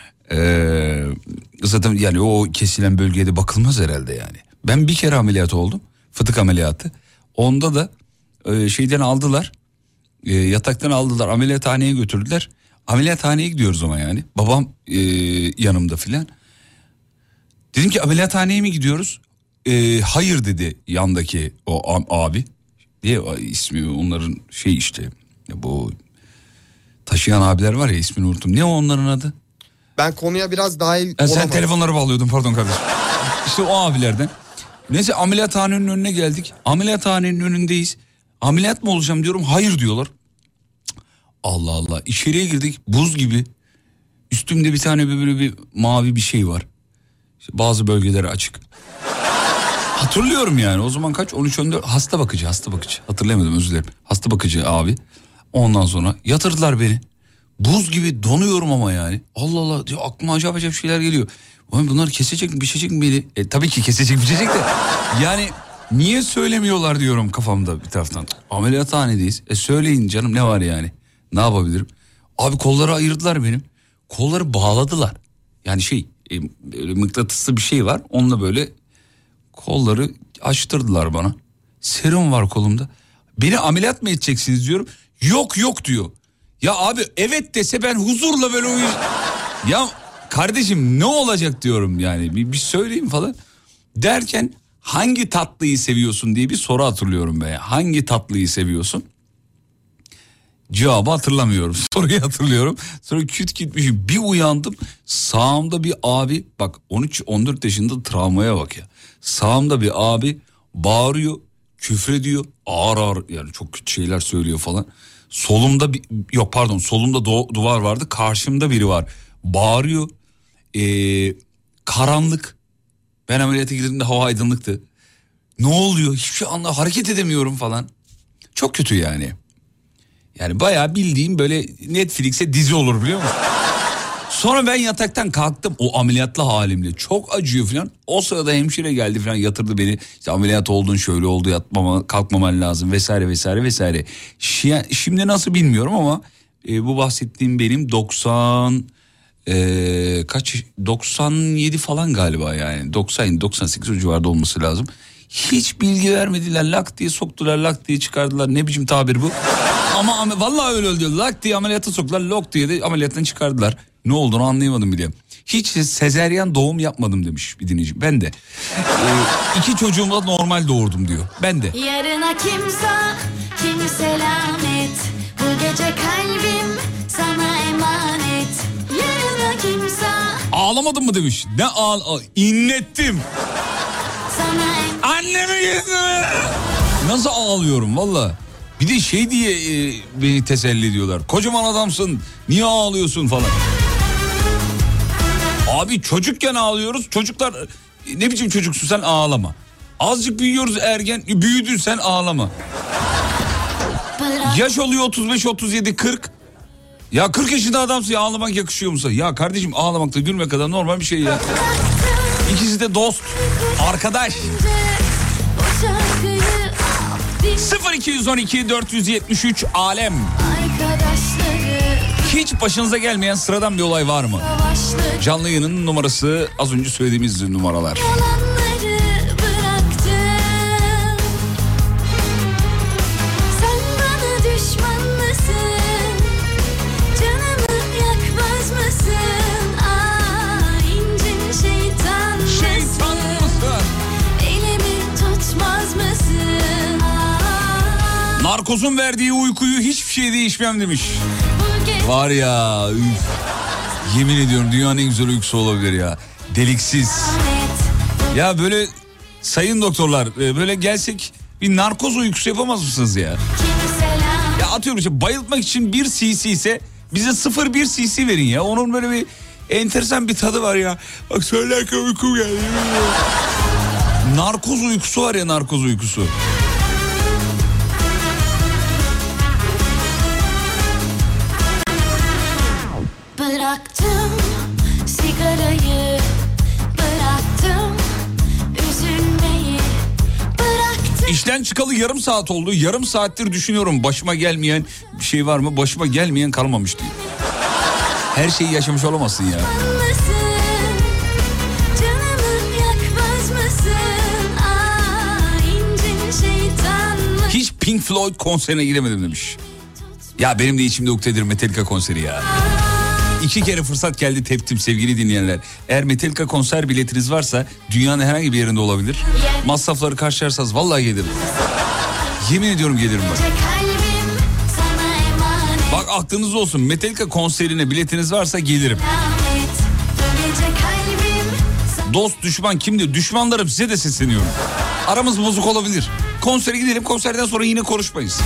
Zaten yani o kesilen bölgede bakılmaz herhalde yani. Ben bir kere ameliyat oldum, fıtık ameliyatı. Onda da şeyden aldılar, yataktan aldılar, ameliyathaneye götürdüler. Ameliyathaneye gidiyoruz ama yani babam yanımda filan. Dedim ki ameliyathaneye mi gidiyoruz? Hayır dedi yandaki o abi diye, ismi onların işte bu taşıyan abiler var ya, ismini unuttum. Ne o onların adı? Ben konuya biraz dahil Sen olamadım. telefonları bağlıyordun, pardon kardeşim. İşte o abilerden. Neyse ameliyathanenin önüne geldik. Ameliyathanenin önündeyiz. Ameliyat mı olacağım diyorum. Hayır diyorlar. Allah Allah. İçeriye girdik, buz gibi. Üstümde bir tane böyle bir mavi bir şey var. İşte bazı bölgeleri açık. Hatırlıyorum yani o zaman kaç? 13-14 hasta bakıcı. Hatırlayamadım, özür dilerim. Hasta bakıcı abi. Ondan sonra yatırdılar beni. Buz gibi donuyorum ama yani. Allah Allah diyor, aklıma acayip şeyler geliyor. Bunlar kesecek mi, biçecek mi beni? Tabii ki kesecek, biçecek de. Yani niye söylemiyorlar diyorum kafamda bir taraftan. Ameliyathanedeyiz. Söyleyin canım, ne var yani? Ne yapabilirim? Abi kolları ayırdılar benim. Kolları bağladılar. Yani böyle mıknatıslı bir şey var. Onunla böyle kolları açtırdılar bana. Serum var kolumda. Beni ameliyat mı edeceksiniz diyorum. Yok diyor. Ya abi evet dese ben huzurla böyle Ya kardeşim ne olacak diyorum yani. Bir söyleyeyim falan. Derken hangi tatlıyı seviyorsun diye bir soru hatırlıyorum ben. Hangi tatlıyı seviyorsun? Cevabı hatırlamıyorum. Soruyu hatırlıyorum. Sonra küt gitmişim. Bir uyandım. Sağımda bir abi, bak 13-14 yaşında travmaya bak ya. Sağımda bir abi bağırıyor, küfrediyor. Ağır yani çok kötü şeyler söylüyor falan. Solumda solumda duvar vardı. Karşımda biri var. Bağırıyor. Karanlık. Ben ameliyata girdiğimde hava aydınlıktı. Ne oluyor? Hiçbir şey hareket edemiyorum falan. Çok kötü yani. Yani bayağı bildiğim böyle Netflix'e dizi olur, biliyor musun? Sonra ben yataktan kalktım o ameliyatlı halimle. Çok acıyor falan. O sırada hemşire geldi falan, yatırdı beni. İşte ameliyat oldun, şöyle oldu, kalkmaman lazım vesaire. Şimdi nasıl bilmiyorum ama bu bahsettiğim benim 97 falan galiba yani. 98 o civarda olması lazım. Hiç bilgi vermediler, lak diye soktular, lak diye çıkardılar. Ne biçim tabir bu? Ama vallahi öyle diyor. Lak diye ameliyata soktular, lok diye de ameliyattan çıkardılar. Ne olduğunu anlayamadım bile. Hiç sezeryan doğum yapmadım demiş bir dinleyici. Ben de. 2 çocuğumla normal doğurdum diyor. Ben de. Yarına kim selamet. Bu gece kalbim sana emanet. Yarına kimse Ağlamadın mı demiş. Ne inlettim. sana Annemi yüzüme. Nasıl ağlıyorum valla. Bir de şey diye beni teselli ediyorlar. Kocaman adamsın, niye ağlıyorsun falan. Abi çocukken ağlıyoruz. Çocuklar ne biçim çocuksun sen, ağlama. Azıcık büyüyoruz, ergen büyüdün sen, ağlama. Yaş oluyor 35, 37, 40. Ya 40 yaşında adamsın ya, ağlamak yakışıyor mu sana? Ya kardeşim, ağlamak da gülmek kadar normal bir şey ya. İkisi de dost, arkadaş. o şarkıyı 0212 473 alem. arkadaşları Hiç başınıza gelmeyen sıradan bir olay var mı? savaşları Canlı yayının numarası az önce söylediğimiz numaralar. yalanları bıraktım. Sen bana düşman mısın? Canımı yakmaz mısın? İncin şeytan mısın? Elimi tutmaz mısın? Narkozun verdiği uykuyu hiçbir şey değişmem demiş. Bu gece Var ya, üf. Yemin ediyorum dünyanın en güzel uykusu olabilir ya. Deliksiz. Ya böyle sayın doktorlar, böyle gelsek bir narkoz uykusu yapamaz mısınız ya? selam Ya atıyorum işte, bayıltmak için 1 cc ise bize 0,1 cc verin ya. Onun böyle bir enteresan bir tadı var ya. Bak söylerken uykum geldi. Narkoz uykusu var ya, narkoz uykusu. bıraktım sigarayı, bıraktım üzülmeyi, bıraktım. İşten çıkalı yarım saat oldu. Yarım saattir düşünüyorum, başıma gelmeyen bir şey var mı? Başıma gelmeyen kalmamış diyor. Her şeyi yaşamış olamazsın ya. Canımı yakmaz mısın? İncin şeytan mısın? Hiç Pink Floyd konserine gidemedim demiş. Ya benim de içimde uktedir Metallica konseri ya. 2 kere fırsat geldi, teptim sevgili dinleyenler. Eğer Metallica konser biletiniz varsa, dünyanın herhangi bir yerinde olabilir. Masrafları karşılarsanız vallahi gelirim. Yemin ediyorum gelirim bak. Kalbim sana emanet. Bak aklınızda olsun, Metallica konserine biletiniz varsa gelirim. Bu gece kalbim sana Dost düşman kimdir? Düşmanlarım, size de sesleniyorum. Aramız bozuk olabilir. Konsere gidelim, konserden sonra yine konuşmayız.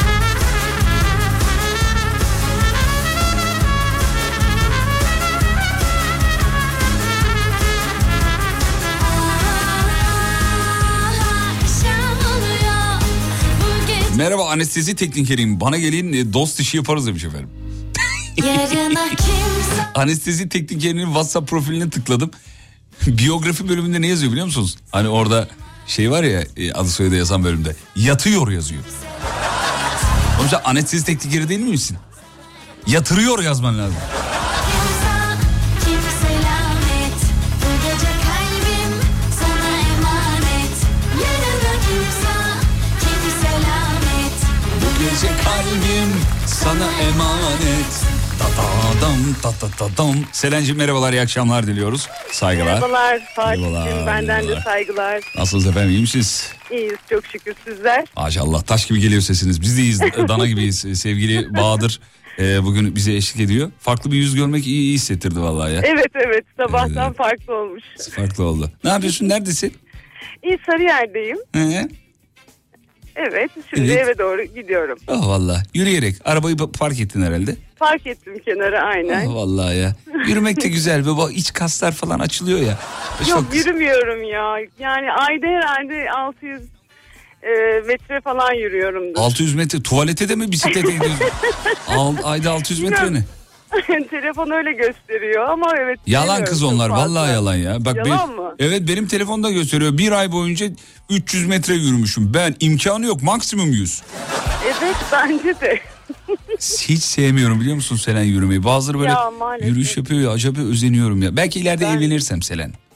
oluyor. Bu gece Merhaba, anestezi teknikeriyim. Bana gelin, dost işi yaparız demiş efendim. yarına kimse Anestezi teknikerinin WhatsApp profiline tıkladım. Biyografi bölümünde ne yazıyor biliyor musunuz? Hani orada şey var ya, adı soyadı yazan bölümde. Yatıyor yazıyor. Oğlum sen anestezi teknikeri değil misin? Yatırıyor yazman lazım. kim selamet. Bu gece kalbim sana emanet. Yarına kim selamet. Bu gece kalbim sana emanet. Ta-ta-dam. Selen'cim merhabalar, iyi akşamlar diliyoruz. Saygılar. Merhabalar Fatih'cim, Merhabalar, benden merhabalar. de saygılar. Nasılsınız efendim, iyi misiniz? İyiyiz çok şükür, sizler. Maşallah, taş gibi geliyor sesiniz. Biz de iyiyiz, dana gibiyiz. Sevgili Bahadır bugün bize eşlik ediyor. Farklı bir yüz görmek iyi hissettirdi vallahi ya. Evet sabahtan Evet. farklı olmuş. Farklı oldu. Ne yapıyorsun, neredesin? İyi, Sarıyer'deyim. He? Evet, şimdi Evet. eve doğru gidiyorum. Oh vallahi, yürüyerek arabayı park ettin herhalde. Park ettim kenara aynen. Oh vallahi ya. Yürümek de güzel ve iç kaslar falan açılıyor ya. Yok Çok- yürümüyorum ya. Yani ayda herhalde 600 metre falan yürüyorumdur. 600 metre tuvalete de mi bisiklete gidiyorsun? Ayda 600 metre ne? Telefon öyle gösteriyor ama evet. Yalan bilmiyorum kız çok onlar, fazla. vallahi yalan ya. Bak Yalan mı? Evet, benim telefonda gösteriyor. Bir ay boyunca 300 metre yürümüşüm. Ben imkanı yok, maksimum 100. Evet bence de. Hiç sevmiyorum biliyor musun Selen, yürümeyi. Bazıları böyle Ya, maalesef. yürüyüş yapıyor ya, acaba özeniyorum ya. Belki ileride evlenirsem Selen.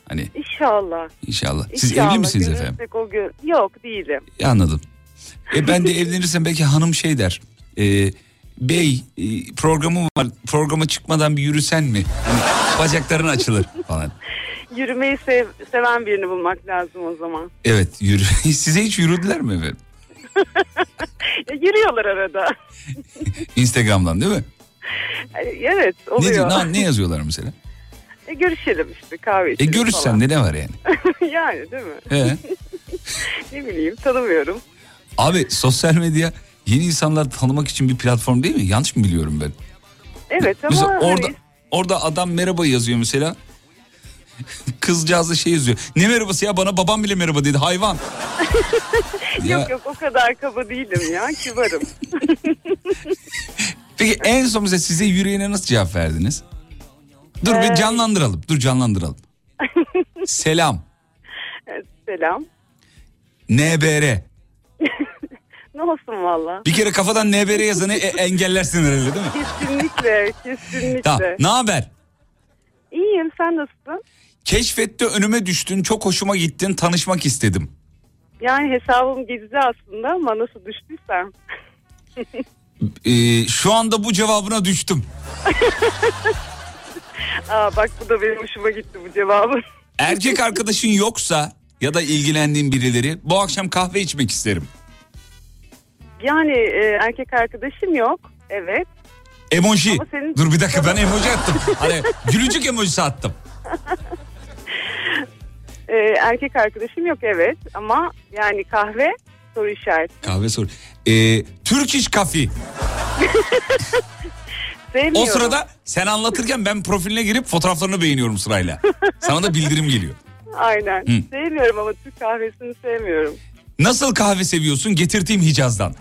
Hani İnşallah. inşallah. Siz İnşallah. evli misiniz Görürsek efendim? Yok değilim. Anladım. Ben de evlenirsem belki hanım şey der. Bey programım var, programa çıkmadan bir yürüsen mi? Hani bacakların açılır falan. Yürümeyi seven birini bulmak lazım o zaman. Evet, size hiç yürüdüler mi efendim? Yürüyorlar arada. Instagram'dan değil mi? Evet oluyor. Ne yazıyorlar mesela? Görüşelim işte, kahve içelim Görüşsen falan. de ne var yani? Yani değil mi? Ne bileyim, tanımıyorum. Abi sosyal medya yeni insanlar tanımak için bir platform değil mi? Yanlış mı biliyorum ben? Evet mesela ama orada adam merhaba yazıyor mesela. Kızcağız da şey yazıyor. Ne merhabası ya, bana babam bile merhaba dedi, hayvan. Yok o kadar kaba değilim ya, kibarım. Peki en son mesela size yürüyene nasıl cevap verdiniz? Dur bir canlandıralım. Selam. Evet, selam. NBR. Ne olsun valla. Bir kere kafadan NBR yazanı engellersin herhalde değil mi? Kesinlikle. Tamam, ne haber? İyiyim, sen nasılsın? Keşfette önüme düştün, çok hoşuma gittin, tanışmak istedim. Yani hesabım gizli aslında ama nasıl düştüysem. Şu anda bu cevabına düştüm. Bak bu da benim hoşuma gitti, bu cevabın. Erkek arkadaşın yoksa ya da ilgilendiğin birileri, bu akşam kahve içmek isterim. Yani erkek arkadaşım yok, evet. Emoji. Dur bir dakika, ben emoji attım. Hani gülücük emojisi attım. Erkek arkadaşım yok, evet. Ama yani kahve soru işareti. Kahve soru. Türk İş Kafi. Sevmiyorum. O sırada sen anlatırken ben profiline girip fotoğraflarını beğeniyorum sırayla. Sana da bildirim geliyor. Aynen. Sevmiyorum ama Türk kahvesini sevmiyorum. Nasıl kahve seviyorsun? Getirteyim Hicaz'dan.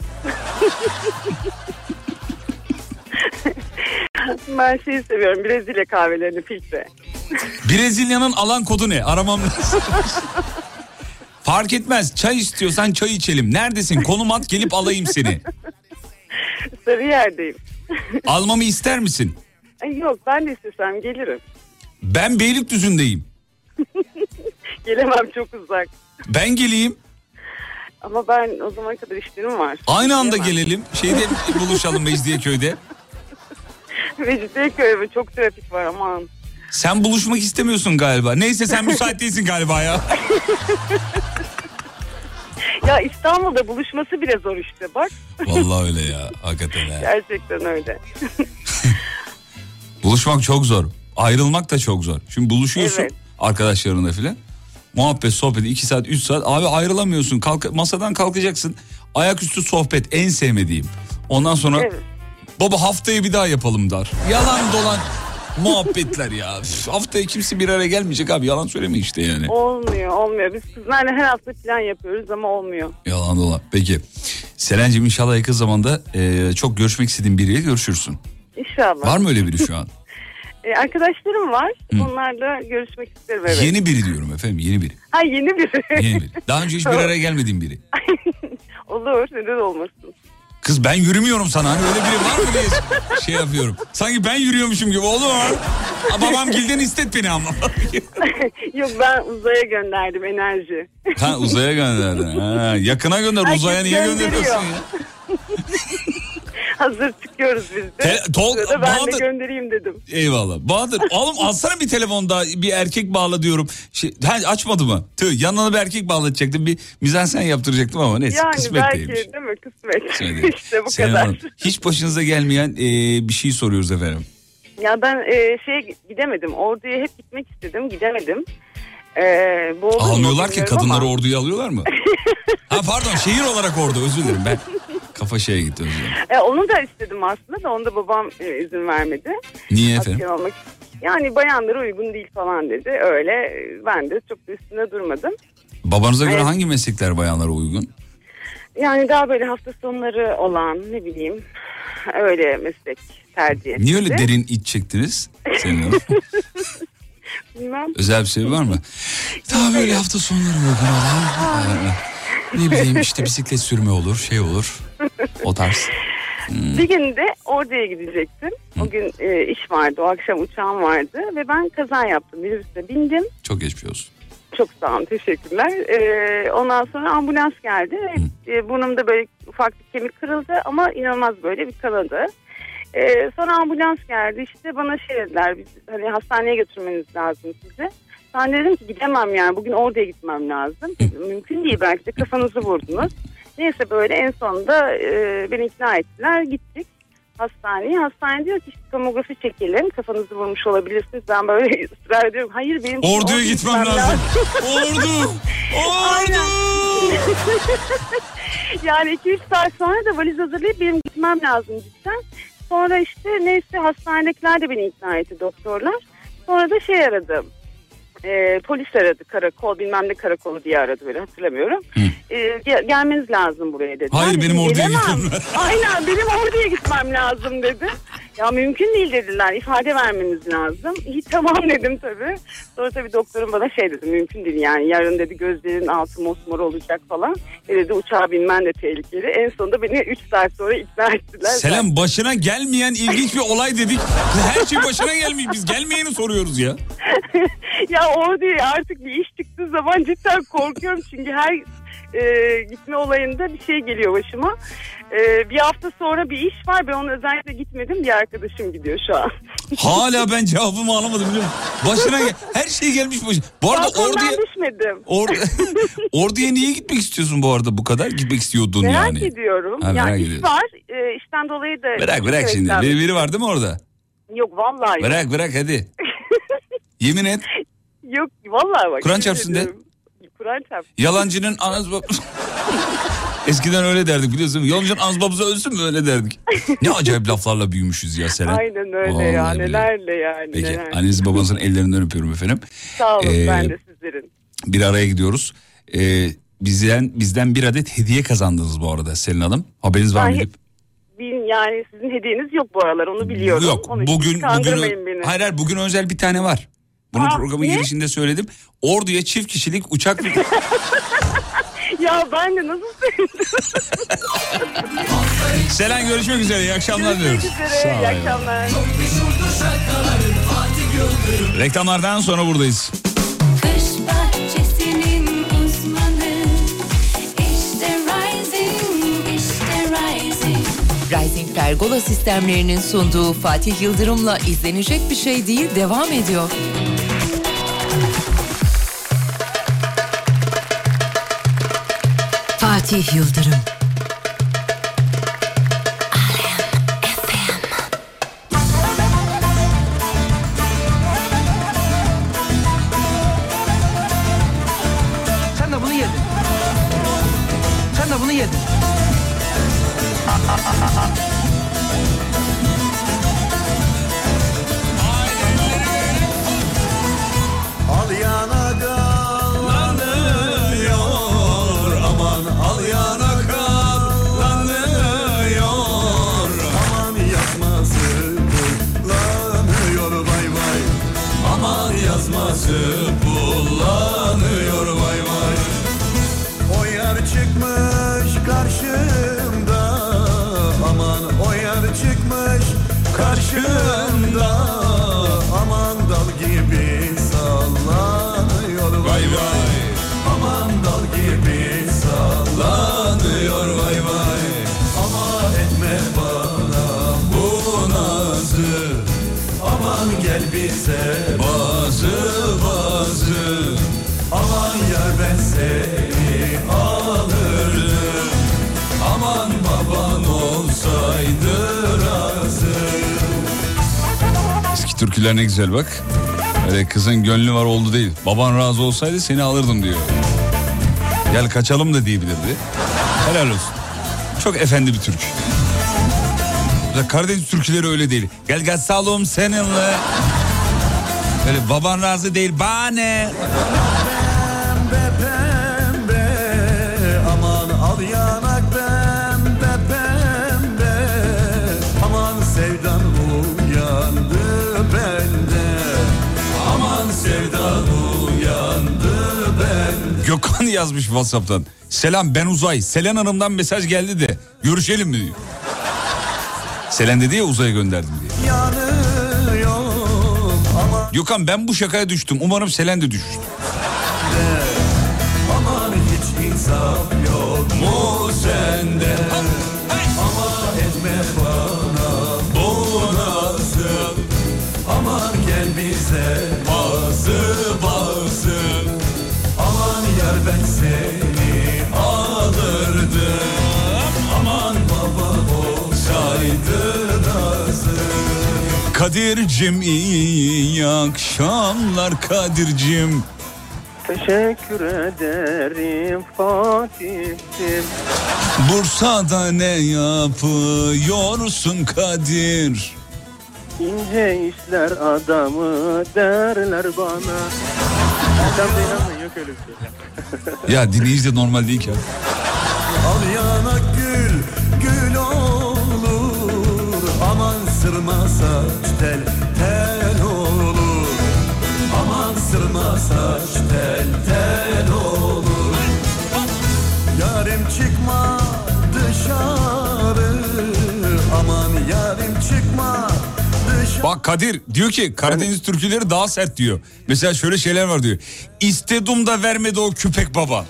Ben şeyi seviyorum, Brezilya kahvelerini, filtre. Brezilya'nın alan kodu ne? Aramam lazım. Fark etmez. Çay istiyorsan çay içelim. Neredesin? Konum at, gelip alayım seni. Sarıyer'deyim. Almamı ister misin? Yok, ben de istesem gelirim. Ben Beylikdüzü'ndeyim. Gelemem, çok uzak. Ben geleyim. Ama ben o zaman kadar işlerim var. Aynı anda gelelim. Şeyde buluşalım, Mecidiyeköy'de. Mecidiyeköy'de mi? Çok trafik var aman. Sen buluşmak istemiyorsun galiba. Neyse, sen müsait değilsin galiba ya. Ya İstanbul'da buluşması bile zor işte, bak. Vallahi öyle ya, hakikaten ya. Gerçekten öyle. Buluşmak çok zor. Ayrılmak da çok zor. Şimdi buluşuyorsun evet. Arkadaşlarınla filan. Muhabbet, sohbet 2 saat 3 saat. Abi ayrılamıyorsun. Masadan kalkacaksın. Ayaküstü sohbet, en sevmediğim. Ondan sonra evet. Baba haftaya bir daha yapalım der. Yalan dolan muhabbetler ya. Haftaya kimse bir araya gelmeyecek abi. Yalan söyleme işte yani. Olmuyor. Biz kızlarla her hafta plan yapıyoruz ama olmuyor. Yalan dolan. Peki. Selen'cim inşallah yakın zamanda çok görüşmek istediğin biriyle görüşürsün. İnşallah. Var mı öyle biri şu an? Arkadaşlarım var. Onlarla görüşmek isterim. Evet. Yeni biri diyorum efendim, yeni biri. Ha, yeni biri. Yeni biri. Daha önce hiç bir araya gelmediğim biri. Olur, neden olmasın. Kız ben yürümüyorum sana, hani öyle biri var mı diye şey yapıyorum. Sanki ben yürüyormuşum gibi, olur mu? Babam gilden istet beni ama. Yok, ben uzaya gönderdim enerji. Ha, uzaya gönderdin. Ha, yakına gönder, herkes uzaya niye gönderiyorsun ya? Hazır çıkıyoruz biz de. Ben de göndereyim dedim. Eyvallah. Bahadır oğlum alsana bir telefon daha, bir erkek bağla diyorum. Açmadı mı? Tüh, yanına bir erkek bağlatacaktım. Bir mizansen yaptıracaktım ama neyse, yani kısmet belki, değilmiş. değil mi? Kısmet. İşte bu kadar. Hanım, hiç başınıza gelmeyen bir şey soruyoruz efendim. Ya ben gidemedim. Ordu'ya hep gitmek istedim. Gidemedim. Almıyorlar ki, kadınları orduya alıyorlar mı? Ha pardon, şehir olarak ordu, özür dilerim ben. Kafa şeye gitti, özür dilerim. Onu da istedim aslında da, onu da babam izin vermedi. Niye efendim? Yani bayanlara uygun değil falan dedi. Öyle, ben de çok da üstüne durmadım. Babanıza göre hangi meslekler bayanlara uygun? Yani daha böyle hafta sonları olan, ne bileyim, öyle meslek tercih etti. Niye öyle derin iç çektiniz senin hanım? Bilmem. Özel bir şey var mı? Daha böyle hafta sonları uygun olan. Ne bileyim işte bisiklet sürme olur, şey olur. O tarz. Bir gün de Ordu'ya gidecektim. O gün iş vardı. O akşam uçağım vardı. Ve ben kaza yaptım. Minibüse bindim. Çok geçmiş olsun. Çok sağ olun. Teşekkürler. Ondan sonra ambulans geldi. Burnumda böyle ufak bir kemik kırıldı. Ama inanılmaz böyle bir kanadı. Sonra ambulans geldi. İşte bana şey dediler. Hani hastaneye götürmeniz lazım sizi. Ben dedim ki gidemem yani. Bugün Ordu'ya gitmem lazım. Mümkün değil. Belki de kafanızı vurdunuz. Neyse böyle en sonunda beni ikna ettiler. Gittik hastaneye. Hastane diyor ki işte tomografi çekelim. Kafanızı vurmuş olabilirsiniz. Ben böyle ısrar ediyorum. Hayır benim... Ordu'ya gitmem lazım. Ordu! Yani 2-3 saat sonra da valiz hazırlayıp benim gitmem lazım cidden. Sonra işte neyse hastanedekiler de beni ikna etti doktorlar. Sonra da şey aradım. Polis aradı, karakol bilmem ne karakolu diye aradı, böyle hatırlamıyorum. Gelmeniz lazım buraya dedi. Hayır benim Ordu'ya gitmem lazım. Aynen benim Ordu'ya gitmem lazım dedi. Ya mümkün değil dediler, ifade vermeniz lazım. İyi tamam dedim tabii. Sonra tabii doktorum bana şey dedi, mümkün değil yani yarın dedi gözlerin altı mosmor olacak falan. Dedi uçağa binmen de tehlikeli. En sonunda beni 3 saat sonra ikna ettiler. Selam, başına gelmeyen ilginç bir olay dedik. Her şey başına gelmiş, biz gelmeyeni soruyoruz ya. Ya Ordu'ya artık bir iş çıktığı zaman cidden korkuyorum. Çünkü her gitme olayında bir şey geliyor başıma. Bir hafta sonra bir iş var. Ben ona özellikle gitmedim. Bir arkadaşım gidiyor şu an. Hala ben cevabımı alamadım biliyor musun? Başına her şey gelmiş başına. Bu arada Ordu'ya... düşmedim. Ordu'ya niye gitmek istiyorsun bu arada bu kadar? Gitmek istiyordun yani. Merak ediyorum. Ha, yani iş var. İşten dolayı da... Bırak şimdi. Biri var değil mi orada? Yok vallahi. Bırak hadi. Yemin et. Yok vallahi bak. Kur'an çarpsın de. Kur'an çarpsın. Yalancının anası babası. Eskiden öyle derdik biliyorsun. Yalancının anası babası ölsün mü öyle derdik. Ne acayip laflarla büyümüşüz ya Selen. Aynen öyle. Vallahi ya nelerle yani. Peki neler. annenizin babanızın ellerinden öpüyorum efendim. Sağ olun ben de sizlerin. Bir araya gidiyoruz. Bizden bir adet hediye kazandınız bu arada Selin Hanım. Haberiniz var mıydı? Yani sizin hediyeniz yok bu aralar, onu biliyorum. Yok bugün hayır bugün özel bir tane var. Bunu programın girişinde söyledim. Ordu'ya çift kişilik uçak... Ya ben de nasıl söyledim? Selen görüşmek üzere. İyi akşamlar diyoruz. Sağ olun. İyi akşamlar. Reklamlardan sonra buradayız. Kış bahçesinin uzmanı işte Rising. Rising Pergola sistemlerinin sunduğu Fatih Yıldırım'la izlenecek bir şey değil devam ediyor. Fatih Yıldırım. Sen de bunu yedin. Sen de bunu yedin. Al yana kallanıyor, aman al yana kallanıyor, aman yazması kullanıyor vay vay, aman yazması kullanıyor vay vay. O yer çıkmış karşımda, aman o yer çıkmış karşımda, aman dal gibi sallanıyor vay vay, aman dal gibi sallanıyor vay vay. Ama etme bana bu nazı, aman gel bize bazı, aman yar ben seni alırdım, aman baban olsaydı razı. Eski türküler ne güzel bak. Öyle kızın gönlü var oldu değil. Baban razı olsaydı seni alırdım diyor. Gel kaçalım da diyebilirdi. Helal olsun. Çok efendi bir türkü. Karadeniz türküleri öyle değil. Gel kaçalım seninle. Böyle baban razı değil. Bana. Pembe, aman al yanak pembe pembe, aman sevdan uyandı bende, aman sevdan uyandı bende. Gökhan yazmış WhatsApp'tan. Selam ben Uzay. Selen Hanım'dan mesaj geldi de görüşelim mi diyor. Selen dedi ya uzaya gönderdim diye. Yanıyorum aman Gökhan ben bu şakaya düştüm. Umarım Selen de düşmüş. aman hiç insaf yok mu sende? Ama etme bana bu nasıl? Aman gel bize bazı. Aman yar ben seni alırdım. Aman baba olsaydı razı. Kadir'cim iyi akşamlar Kadir'cim. Teşekkür ederim Fatih'im. Bursa'da ne yapıyorsun Kadir? İnce işler adamı derler bana. Sen de inanmayın, yok öyle bir şey. Ya dinleyici de normal değil ki. Al yanak gül olur. Aman sırma saç tel olur. Aman sırma saç tel olur. Yarim çıkma dışarı. Aman yarim çıkma dışarı. Bak Kadir diyor ki Karadeniz türküleri daha sert diyor. Mesela şöyle şeyler var diyor. İstedim da vermedi o küpek baba.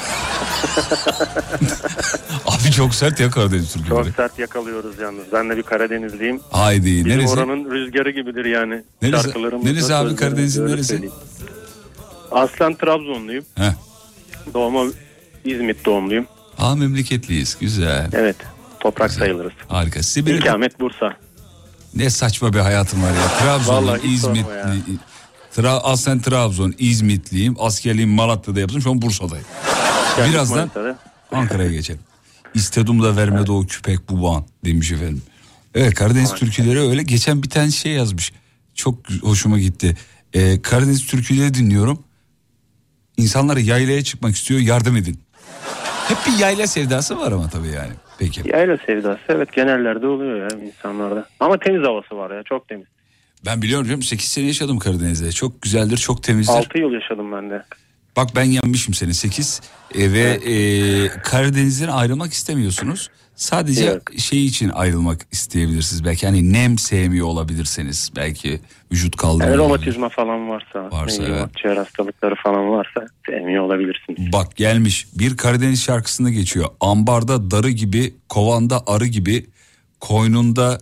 Abi çok sert ya Karadeniz türküleri. Çok sert yakalıyoruz yalnız. Ben de bir Karadenizliyim. Haydi Bizim neresi? oranın rüzgarı gibidir yani. Neresi abi Karadeniz'in neresi? Söyleyeyim. Aslen Trabzonluyum. Heh. Doğma İzmit doğumluyum. Aa memleketliyiz güzel. Evet, toprak Güzel. sayılırız. Harika. Size İkamet Bursa. Ne saçma bir hayatım var ya. Trabzon'um, Vallahi hiç sorma ya. İzmitli. Aslen Trabzon, İzmitliyim. Askerliğimi Malatya'da yaptım. Şu an Bursa'dayım. Geldik Birazdan Manisa'da. Ankara'ya geçelim. İstedim da vermedi o küpek buban demiş efendim. Evet Karadeniz türküleri öyle. Geçen bir tane şey yazmış. Çok hoşuma gitti. Karadeniz türküleri dinliyorum. İnsanlar yaylaya çıkmak istiyor, yardım edin. Hep bir yayla sevdası var ama tabii yani. Peki. Yayla sevdası evet genellerde oluyor ya insanlarda. Ama temiz havası var ya, çok temiz. Ben biliyorum canım 8 sene yaşadım Karadeniz'de. Çok güzeldir, çok temizdir. 6 yıl yaşadım ben de. Bak ben yanmışım seni 8 ve Karadeniz'den ayrılmak istemiyorsunuz. Sadece şey için ayrılmak isteyebilirsiniz. Belki hani nem sevmiyor olabilirseniz belki vücut kaldırıyor. Yani romatizma falan varsa evet. Akciğer hastalıkları falan varsa sevmiyor olabilirsiniz. Bak gelmiş bir Karadeniz şarkısında geçiyor. Ambarda darı gibi, kovanda arı gibi, koynunda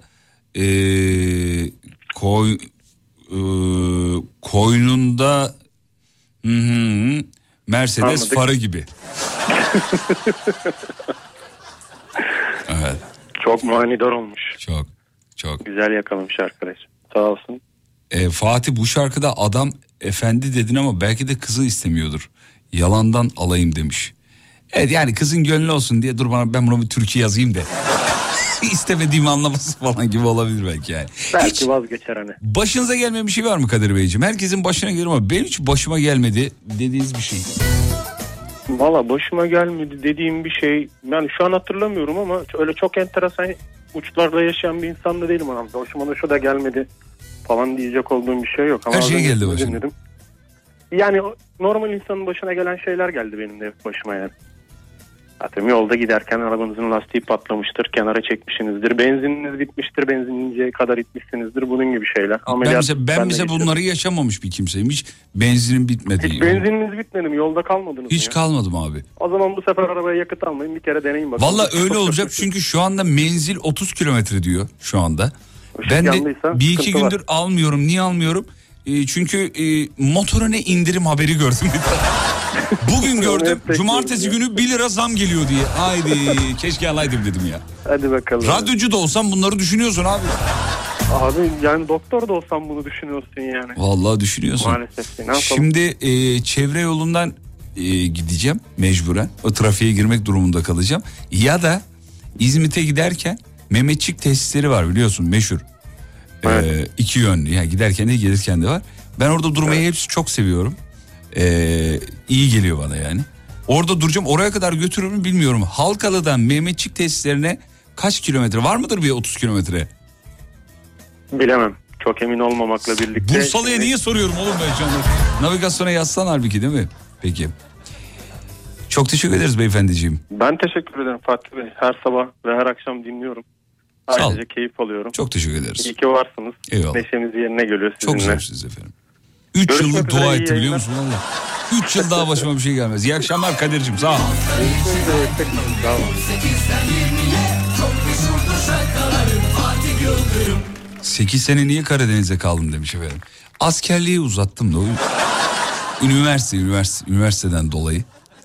koynunda Mercedes Anladık. farı gibi. Evet. Çok manidar olmuş. Çok. Güzel yakalamış arkadaş. Sağ olsun. Fatih bu şarkıda adam efendi dedin ama belki de kızı istemiyordur. Yalandan alayım demiş. Evet yani kızın gönlü olsun diye dur bana ben buna bir türkü yazayım de. İstemediğimi anlaması falan gibi olabilir belki yani. Belki hiç vazgeçer hani. Başınıza gelmeyen bir şey var mı Kadir Beyciğim? Herkesin başına gelir ama benim hiç başıma gelmedi dediğiniz bir şey. Valla başıma gelmedi dediğim bir şey. Yani şu an hatırlamıyorum ama öyle çok enteresan uçlarda yaşayan bir insan da değilim anam. Başıma da şu da gelmedi falan diyecek olduğum bir şey yok. Ama her şey geldi başına. dinledim. Yani normal insanın başına gelen şeyler geldi benim de başıma yani. Zaten yolda giderken arabanızın lastiği patlamıştır, kenara çekmişsinizdir, benzininiz bitmiştir, benzininceye kadar itmişsinizdir, bunun gibi şeyler. Ben bize bunları yaşamamış bir kimseyim. Hiç benzinin bitmediği. Hiç benzininiz bitmedi mi? Yolda kalmadınız Hiç mı? kalmadım abi. O zaman bu sefer arabaya yakıt almayın, bir kere deneyin bakalım. Valla öyle olacak çünkü şu anda menzil 30 kilometre diyor şu anda. Ben de bir iki gündür almıyorum. Niye almıyorum? Çünkü motoruna indirim haberi gördüm. Bugün gördüm. Cumartesi günü 1 lira zam geliyor diye. Haydi keşke alaydım dedim ya. Hadi bakalım. Radyocu da olsam bunları düşünüyorsun abi. Abi yani doktor da olsam bunu düşünüyorsun yani. Vallahi düşünüyorsun. Maalesef. Ne yapalım? Şimdi çevre yolundan gideceğim mecburen. O trafiğe girmek durumunda kalacağım. Ya da İzmit'e giderken Mehmetçik tesisleri var biliyorsun meşhur. Evet. 2 yönlü yani giderken de gelirken de var. Ben orada durmayı hepsi çok seviyorum. İyi geliyor bana yani. Orada duracağım, oraya kadar götürür mü bilmiyorum. Halkalı'dan Mehmetçik tesislerine kaç kilometre var mıdır, bir 30 kilometre? Bilemem. Çok emin olmamakla birlikte. Bursalı'ya niye soruyorum oğlum ben canım? Navigasyona yazsan halbuki değil mi? Peki. Çok teşekkür ederiz beyefendiciğim. Ben teşekkür ederim Fatih Bey. Her sabah ve her akşam dinliyorum. Sağ olun. Ayrıca keyif alıyorum. Çok teşekkür ederiz. İyi ki varsınız. Eyvallah. Neşemiz yerine geliyor sizinle. Çok güzelsiniz efendim. 3 Görüşmek yıllık üzere, dua iyi etti biliyor yayınlar. musun valla? 3 yıl daha başıma bir şey gelmez. İyi akşamlar Kadir'cim, sağ ol. 8 sene niye Karadeniz'e kaldım demiş efendim. Askerliği uzattım da o üniversiteden dolayı.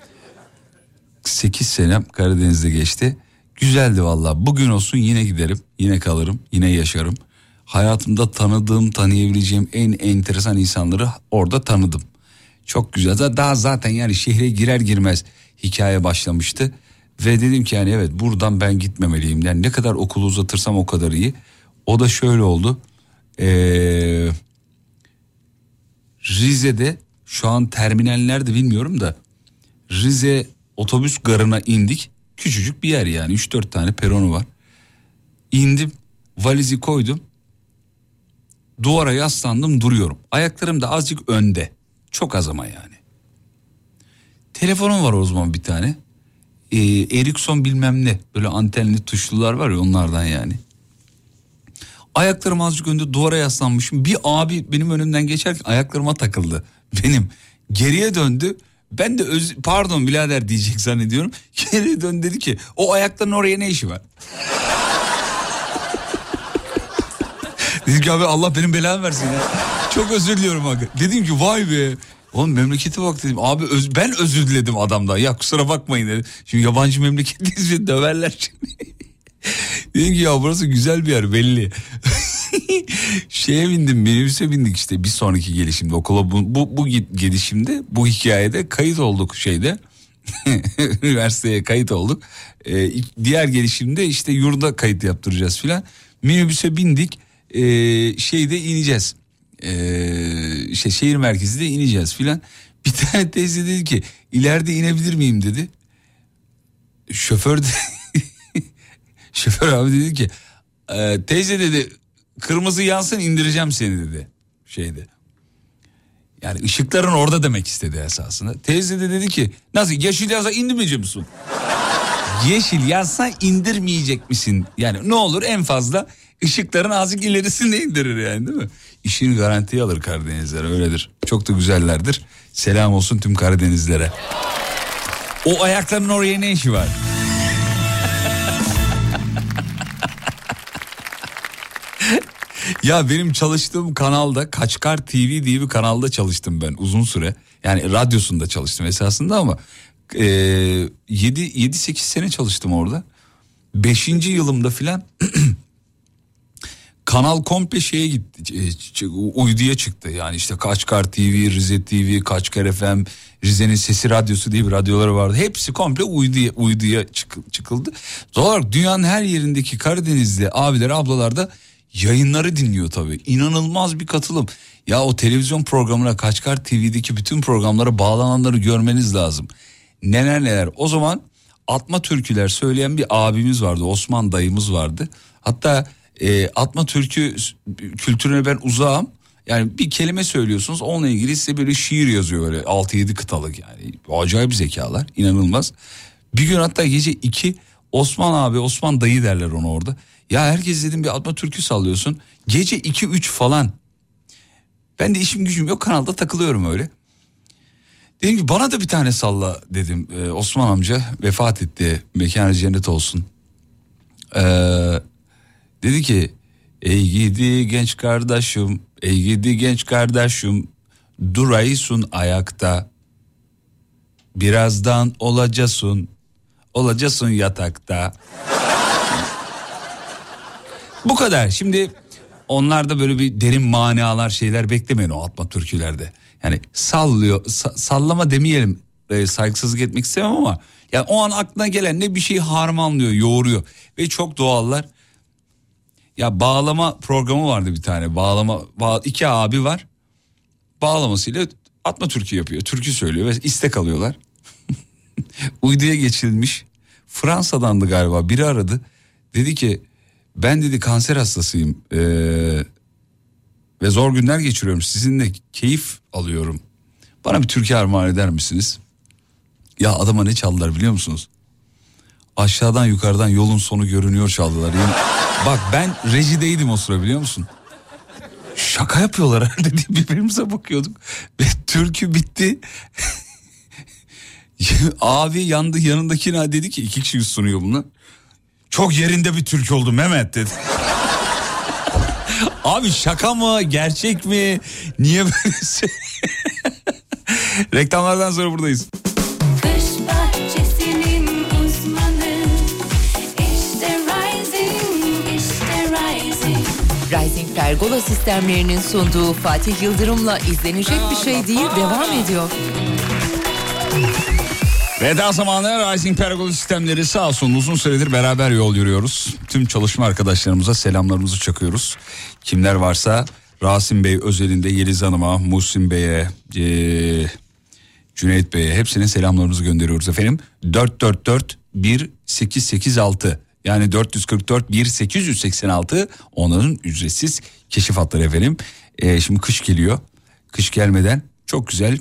8 senem Karadeniz'de geçti. Güzeldi valla. Bugün olsun yine giderim, yine kalırım, yine yaşarım. Hayatımda tanıdığım, tanıyabileceğim en enteresan insanları orada tanıdım. Çok güzel. Daha zaten yani şehre girer girmez hikaye başlamıştı. Ve dedim ki yani evet, buradan ben gitmemeliyim. Yani ne kadar okulu uzatırsam o kadar iyi. O da şöyle oldu. Rize'de şu an terminal nerede bilmiyorum da Rize otobüs garına indik. Küçücük bir yer yani, 3-4 tane peronu var. İndim, valizi koydum. Duvara yaslandım, duruyorum. Ayaklarım da azıcık önde. Çok az ama yani. Telefonum var o zaman bir tane. Ericsson bilmem ne. Böyle antenli tuşlular var ya, onlardan yani. Ayaklarım azıcık önde, duvara yaslanmışım. Bir abi benim önümden geçerken ayaklarıma takıldı. Benim geriye döndü. Ben de pardon birader diyecek zannediyorum. Geriye dön dedi ki o ayakların oraya ne işi var? Dedim ki abi Allah benim belamı versin ya. Çok özür diliyorum abi. Dedim ki vay be. Oğlum memlekete bak dedim. Abi ben özür diledim adamdan. Ya kusura bakmayın dedim. Şimdi yabancı memleketiyiz ve döverler şimdi. Dedim ki ya burası güzel bir yer belli. Şeye bindim, minibüse bindik işte bir sonraki gelişimde okula bu gelişimde bu hikayede kayıt olduk şeyde. Üniversiteye kayıt olduk. Diğer gelişimde işte yurda kayıt yaptıracağız filan. Minibüse bindik. Şeyde ineceğiz. Şehir merkezinde ineceğiz filan. Bir tane teyze dedi ki ileride inebilir miyim dedi. Şoför abi dedi ki teyze dedi kırmızı yansın indireceğim seni dedi şeyde. Yani ışıkların orada demek istedi esasında. Teyze de dedi ki nasıl yeşil yansa indirmeyecek misin? Yeşil yansa indirmeyecek misin? Yani ne olur en fazla ışıkların azıcık ilerisinde indirir yani, değil mi? İşini garantiye alır Karadenizler, öyledir. Çok da güzellerdir. Selam olsun tüm Karadenizlere. O ayakların oraya ne işi var? Ya benim çalıştığım kanalda Kaçkar TV diye bir kanalda çalıştım ben uzun süre. Yani radyosunda çalıştım esasında ama 7-8 sene çalıştım orada. 5. yılımda filan kanal komple şeye gitti, uyduya çıktı. Yani işte Kaçkar TV, Rize TV, Kaçkar FM, Rize'nin Sesi Radyosu diye bir radyoları vardı. Hepsi komple uyduya çıkıldı. Doğal olarak dünyanın her yerindeki Karadenizli abiler ablalar da yayınları dinliyor tabii. İnanılmaz bir katılım. Ya o televizyon programına Kaçkar TV'deki bütün programlara bağlananları görmeniz lazım. Neler. O zaman atma türküler söyleyen bir abimiz vardı. Osman dayımız vardı. Hatta atma türkü kültürüne ben uzağım. Yani bir kelime söylüyorsunuz, onunla ilgili size böyle şiir yazıyor böyle 6-7 kıtalık yani. Acayip zekalar, inanılmaz. Bir gün hatta gece 2 Osman dayı derler ona orada. Ya herkes dedim bir atma türkü sallıyorsun. Gece 2-3 falan. Ben de işim gücüm yok, kanalda takılıyorum öyle. Dedim ki bana da bir tane salla dedim. Osman amca vefat etti, mekanı cennet olsun. Dedi ki ey gidi genç kardeşim, ey gidi genç kardeşim, durayısın ayakta. Birazdan olacaksın yatakta. Bu kadar. Şimdi onlarda böyle bir derin manalar şeyler beklemeyin o atma türkülerde. Yani sallama demeyelim, saygısızlık etmek istemem ama yani o an aklına gelen ne bir şey harmanlıyor, yoğuruyor ve çok doğallar. Ya bağlama programı vardı bir tane. İki abi var. Bağlamasıyla atma türkü yapıyor. Türkü söylüyor ve istek alıyorlar. Uyduya geçilmiş. Fransa'dandı galiba. Biri aradı. Dedi ki ben dedi kanser hastasıyım. Ve zor günler geçiriyorum. Sizinle keyif alıyorum. Bana bir türkü armağan eder misiniz? Ya adama ne çaldılar biliyor musunuz? Aşağıdan yukarıdan yolun sonu görünüyor çaldılar. Yani, bak ben rejideydim o sıra, biliyor musun? Şaka yapıyorlar herhalde diye birbirimize bakıyorduk. Ve türkü bitti. Abi yanındakine dedi ki, 2 kişi sunuyor bunu. Çok yerinde bir türkü oldu Mehmet dedi. Abi şaka mı gerçek mi? Niye böylesi? Reklamlardan sonra buradayız. Kış bahçesinin uzmanı işte Rising, işte Rising. Rising Pergola sistemlerinin sunduğu Fatih Yıldırım'la izlenecek bir şey değil devam ediyor. Veda zamanı. Rising Pergola sistemleri sağ olsun uzun süredir beraber yol yürüyoruz. Tüm çalışma arkadaşlarımıza selamlarımızı çakıyoruz. Kimler varsa Rasim Bey özelinde Yeliz Hanım'a, Muhsin Bey'e, Cüneyt Bey'e hepsine selamlarımızı gönderiyoruz efendim. 444-1886 yani 444-1886 onların ücretsiz keşif hatları efendim. Şimdi kış geliyor. Kış gelmeden çok güzel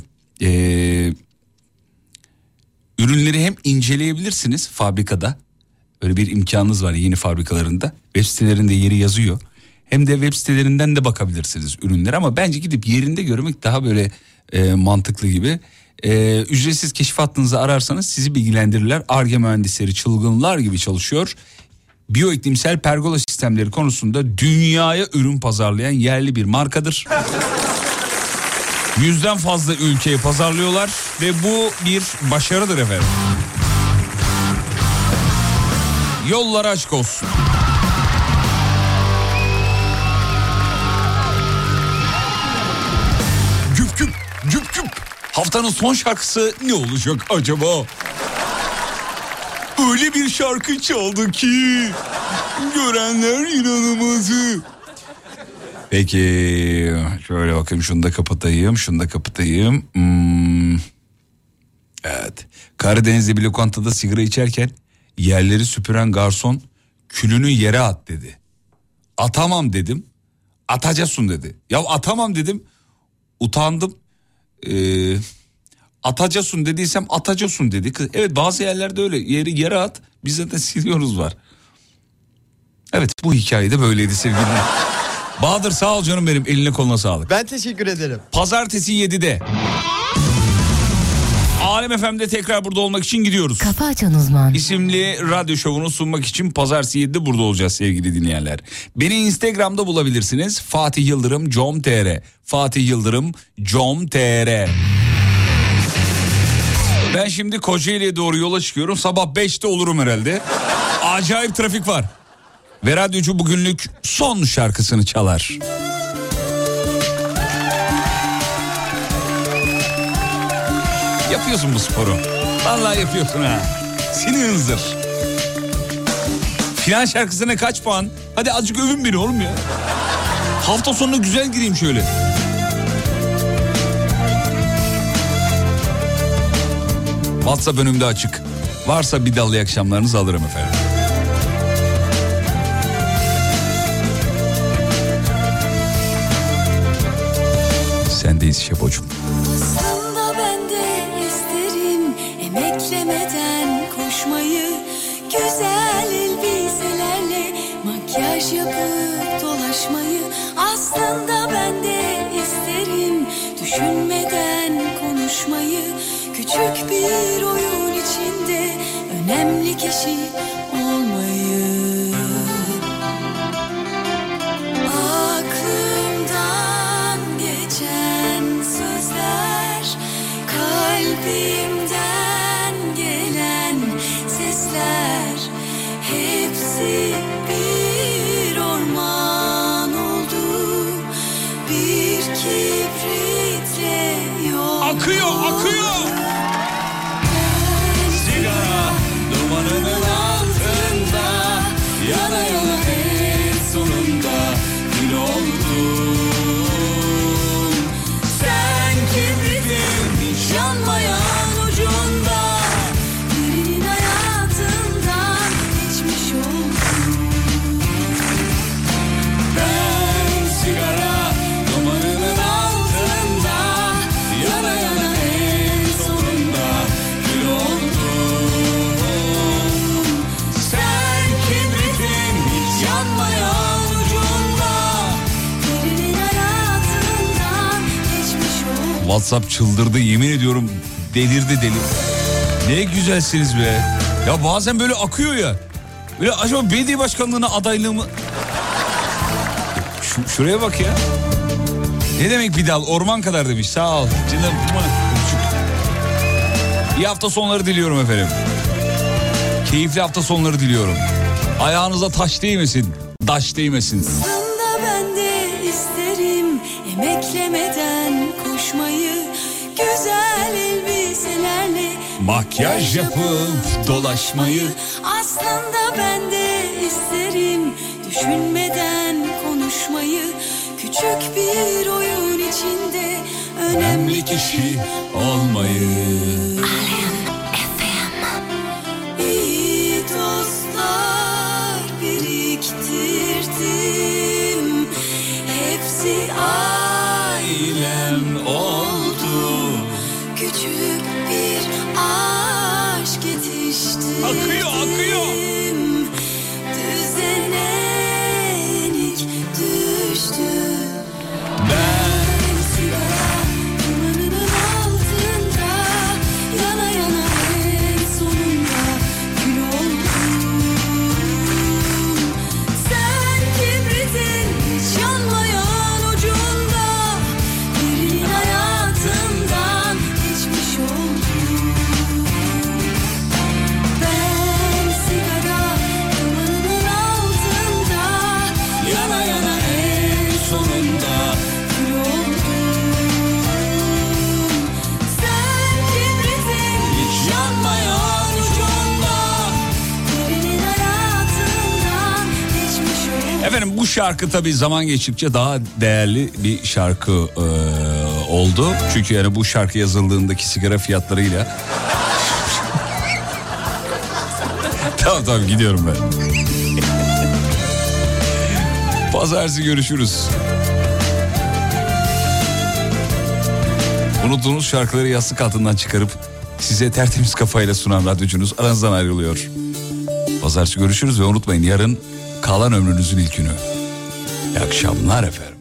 ürünleri hem inceleyebilirsiniz fabrikada. Öyle bir imkanınız var yeni fabrikalarında. Web sitelerinde yeri yazıyor. Hem de web sitelerinden de bakabilirsiniz ürünlere ama bence gidip yerinde görmek daha böyle mantıklı gibi. Ücretsiz keşif hattınızı ararsanız sizi bilgilendirirler. Ar-Ge mühendisleri çılgınlar gibi çalışıyor. Biyoiklimsel pergola sistemleri konusunda dünyaya ürün pazarlayan yerli bir markadır. 100'den fazla ülkeye pazarlıyorlar ve bu bir başarıdır efendim. Yolları açık olsun. Güp güp güp güp. Haftanın son şarkısı ne olacak acaba? Öyle bir şarkı çaldı ki görenler inanamazdı. Peki şöyle bakayım, şunu da kapatayım. Evet. Karadeniz'de bir lokantada sigara içerken yerleri süpüren garson külünü yere at dedi. Atamam dedim. Atacaksın dedi. Ya atamam dedim. Utandım. Atacaksın dediysem atacaksın dedi. Evet, bazı yerlerde öyle yere at. Biz zaten siliyoruz var. Evet, bu hikayede böyleydi sevgililer. Bahadır sağ ol canım benim, eline koluna sağlık. Ben teşekkür ederim. Pazartesi 7'de Alem FM'de tekrar burada olmak için gidiyoruz. Kafa Açan Uzman İsimli radyo şovunu sunmak için Pazartesi 7'de burada olacağız sevgili dinleyenler. Beni Instagram'da bulabilirsiniz. Fatih Yıldırım com.tr. Fatih Yıldırım com.tr. Ben şimdi Kocaeli'ye doğru yola çıkıyorum. Sabah 5'te olurum herhalde. Acayip trafik var. Ve radyocu bugünlük son şarkısını çalar. Yapıyorsun bu sporu. Vallahi yapıyorsun ha. Seni hınzır. Final şarkısına kaç puan? Hadi azıcık övün beni oğlum ya. Hafta sonuna güzel gireyim şöyle. WhatsApp önümde açık. Varsa bir dallı akşamlarınızı alırım efendim. Sendeyiz Şebocuğum. Aslında ben de isterim emeklemeden koşmayı, güzel elbiselerle makyaj yapıp dolaşmayı. Aslında ben de isterim düşünmeden konuşmayı, küçük bir oyun içinde önemli kişi olmayı. Aklımdan geçen sözler, kalbimden gelen sesler, hepsi bir orman oldu, bir kibritle yok. Akıyor. Sigara dumanının altında. WhatsApp çıldırdı, yemin ediyorum delirdi deli. Ne güzelsiniz be. Ya bazen böyle akıyor ya. Böyle acaba belediye başkanlığına adaylığımı... Şuraya bak ya. Ne demek bir dal? Orman kadar demiş. Sağ ol. Canım. İyi hafta sonları diliyorum efendim. Keyifli hafta sonları diliyorum. Ayağınıza taş değmesin. Taş değmesin. Aslında ben de isterim emeklemeden koşmayı, güzel elbiselerle Makyaj yapıp dolaşmayı. Aslında ben de isterim düşünmeden konuşmayı, küçük bir oyun içinde önemli kişi olmayı. İyi dostlar biriktirdim, hepsi ailem oldu. Küçük bir aşk yetiştirdim. Akıyor. Düzenek düştü. Ben sigara dumanının altında yana yana en sonunda kül oldum. Sen kibritin hiç yanmayan ucunda birinin hayatından geçmiş oldum. Ben sigara dumanının altında yana yana en sonunda kül oldum. Sen kibritin hiç yanmayan ucunda birinin hayatından geçmiş oldum. Efendim bu şarkı tabii zaman geçtikçe daha değerli bir şarkı oldu. Çünkü yani bu şarkı yazıldığındaki sigara fiyatlarıyla... Tamam gidiyorum ben. Pazartesi görüşürüz. Unuttuğunuz şarkıları yastık altından çıkarıp size tertemiz kafayla sunan radyocunuz aranızdan ayrılıyor. Pazartesi görüşürüz ve unutmayın yarın kalan ömrünüzün ilk günü. İyi akşamlar efendim.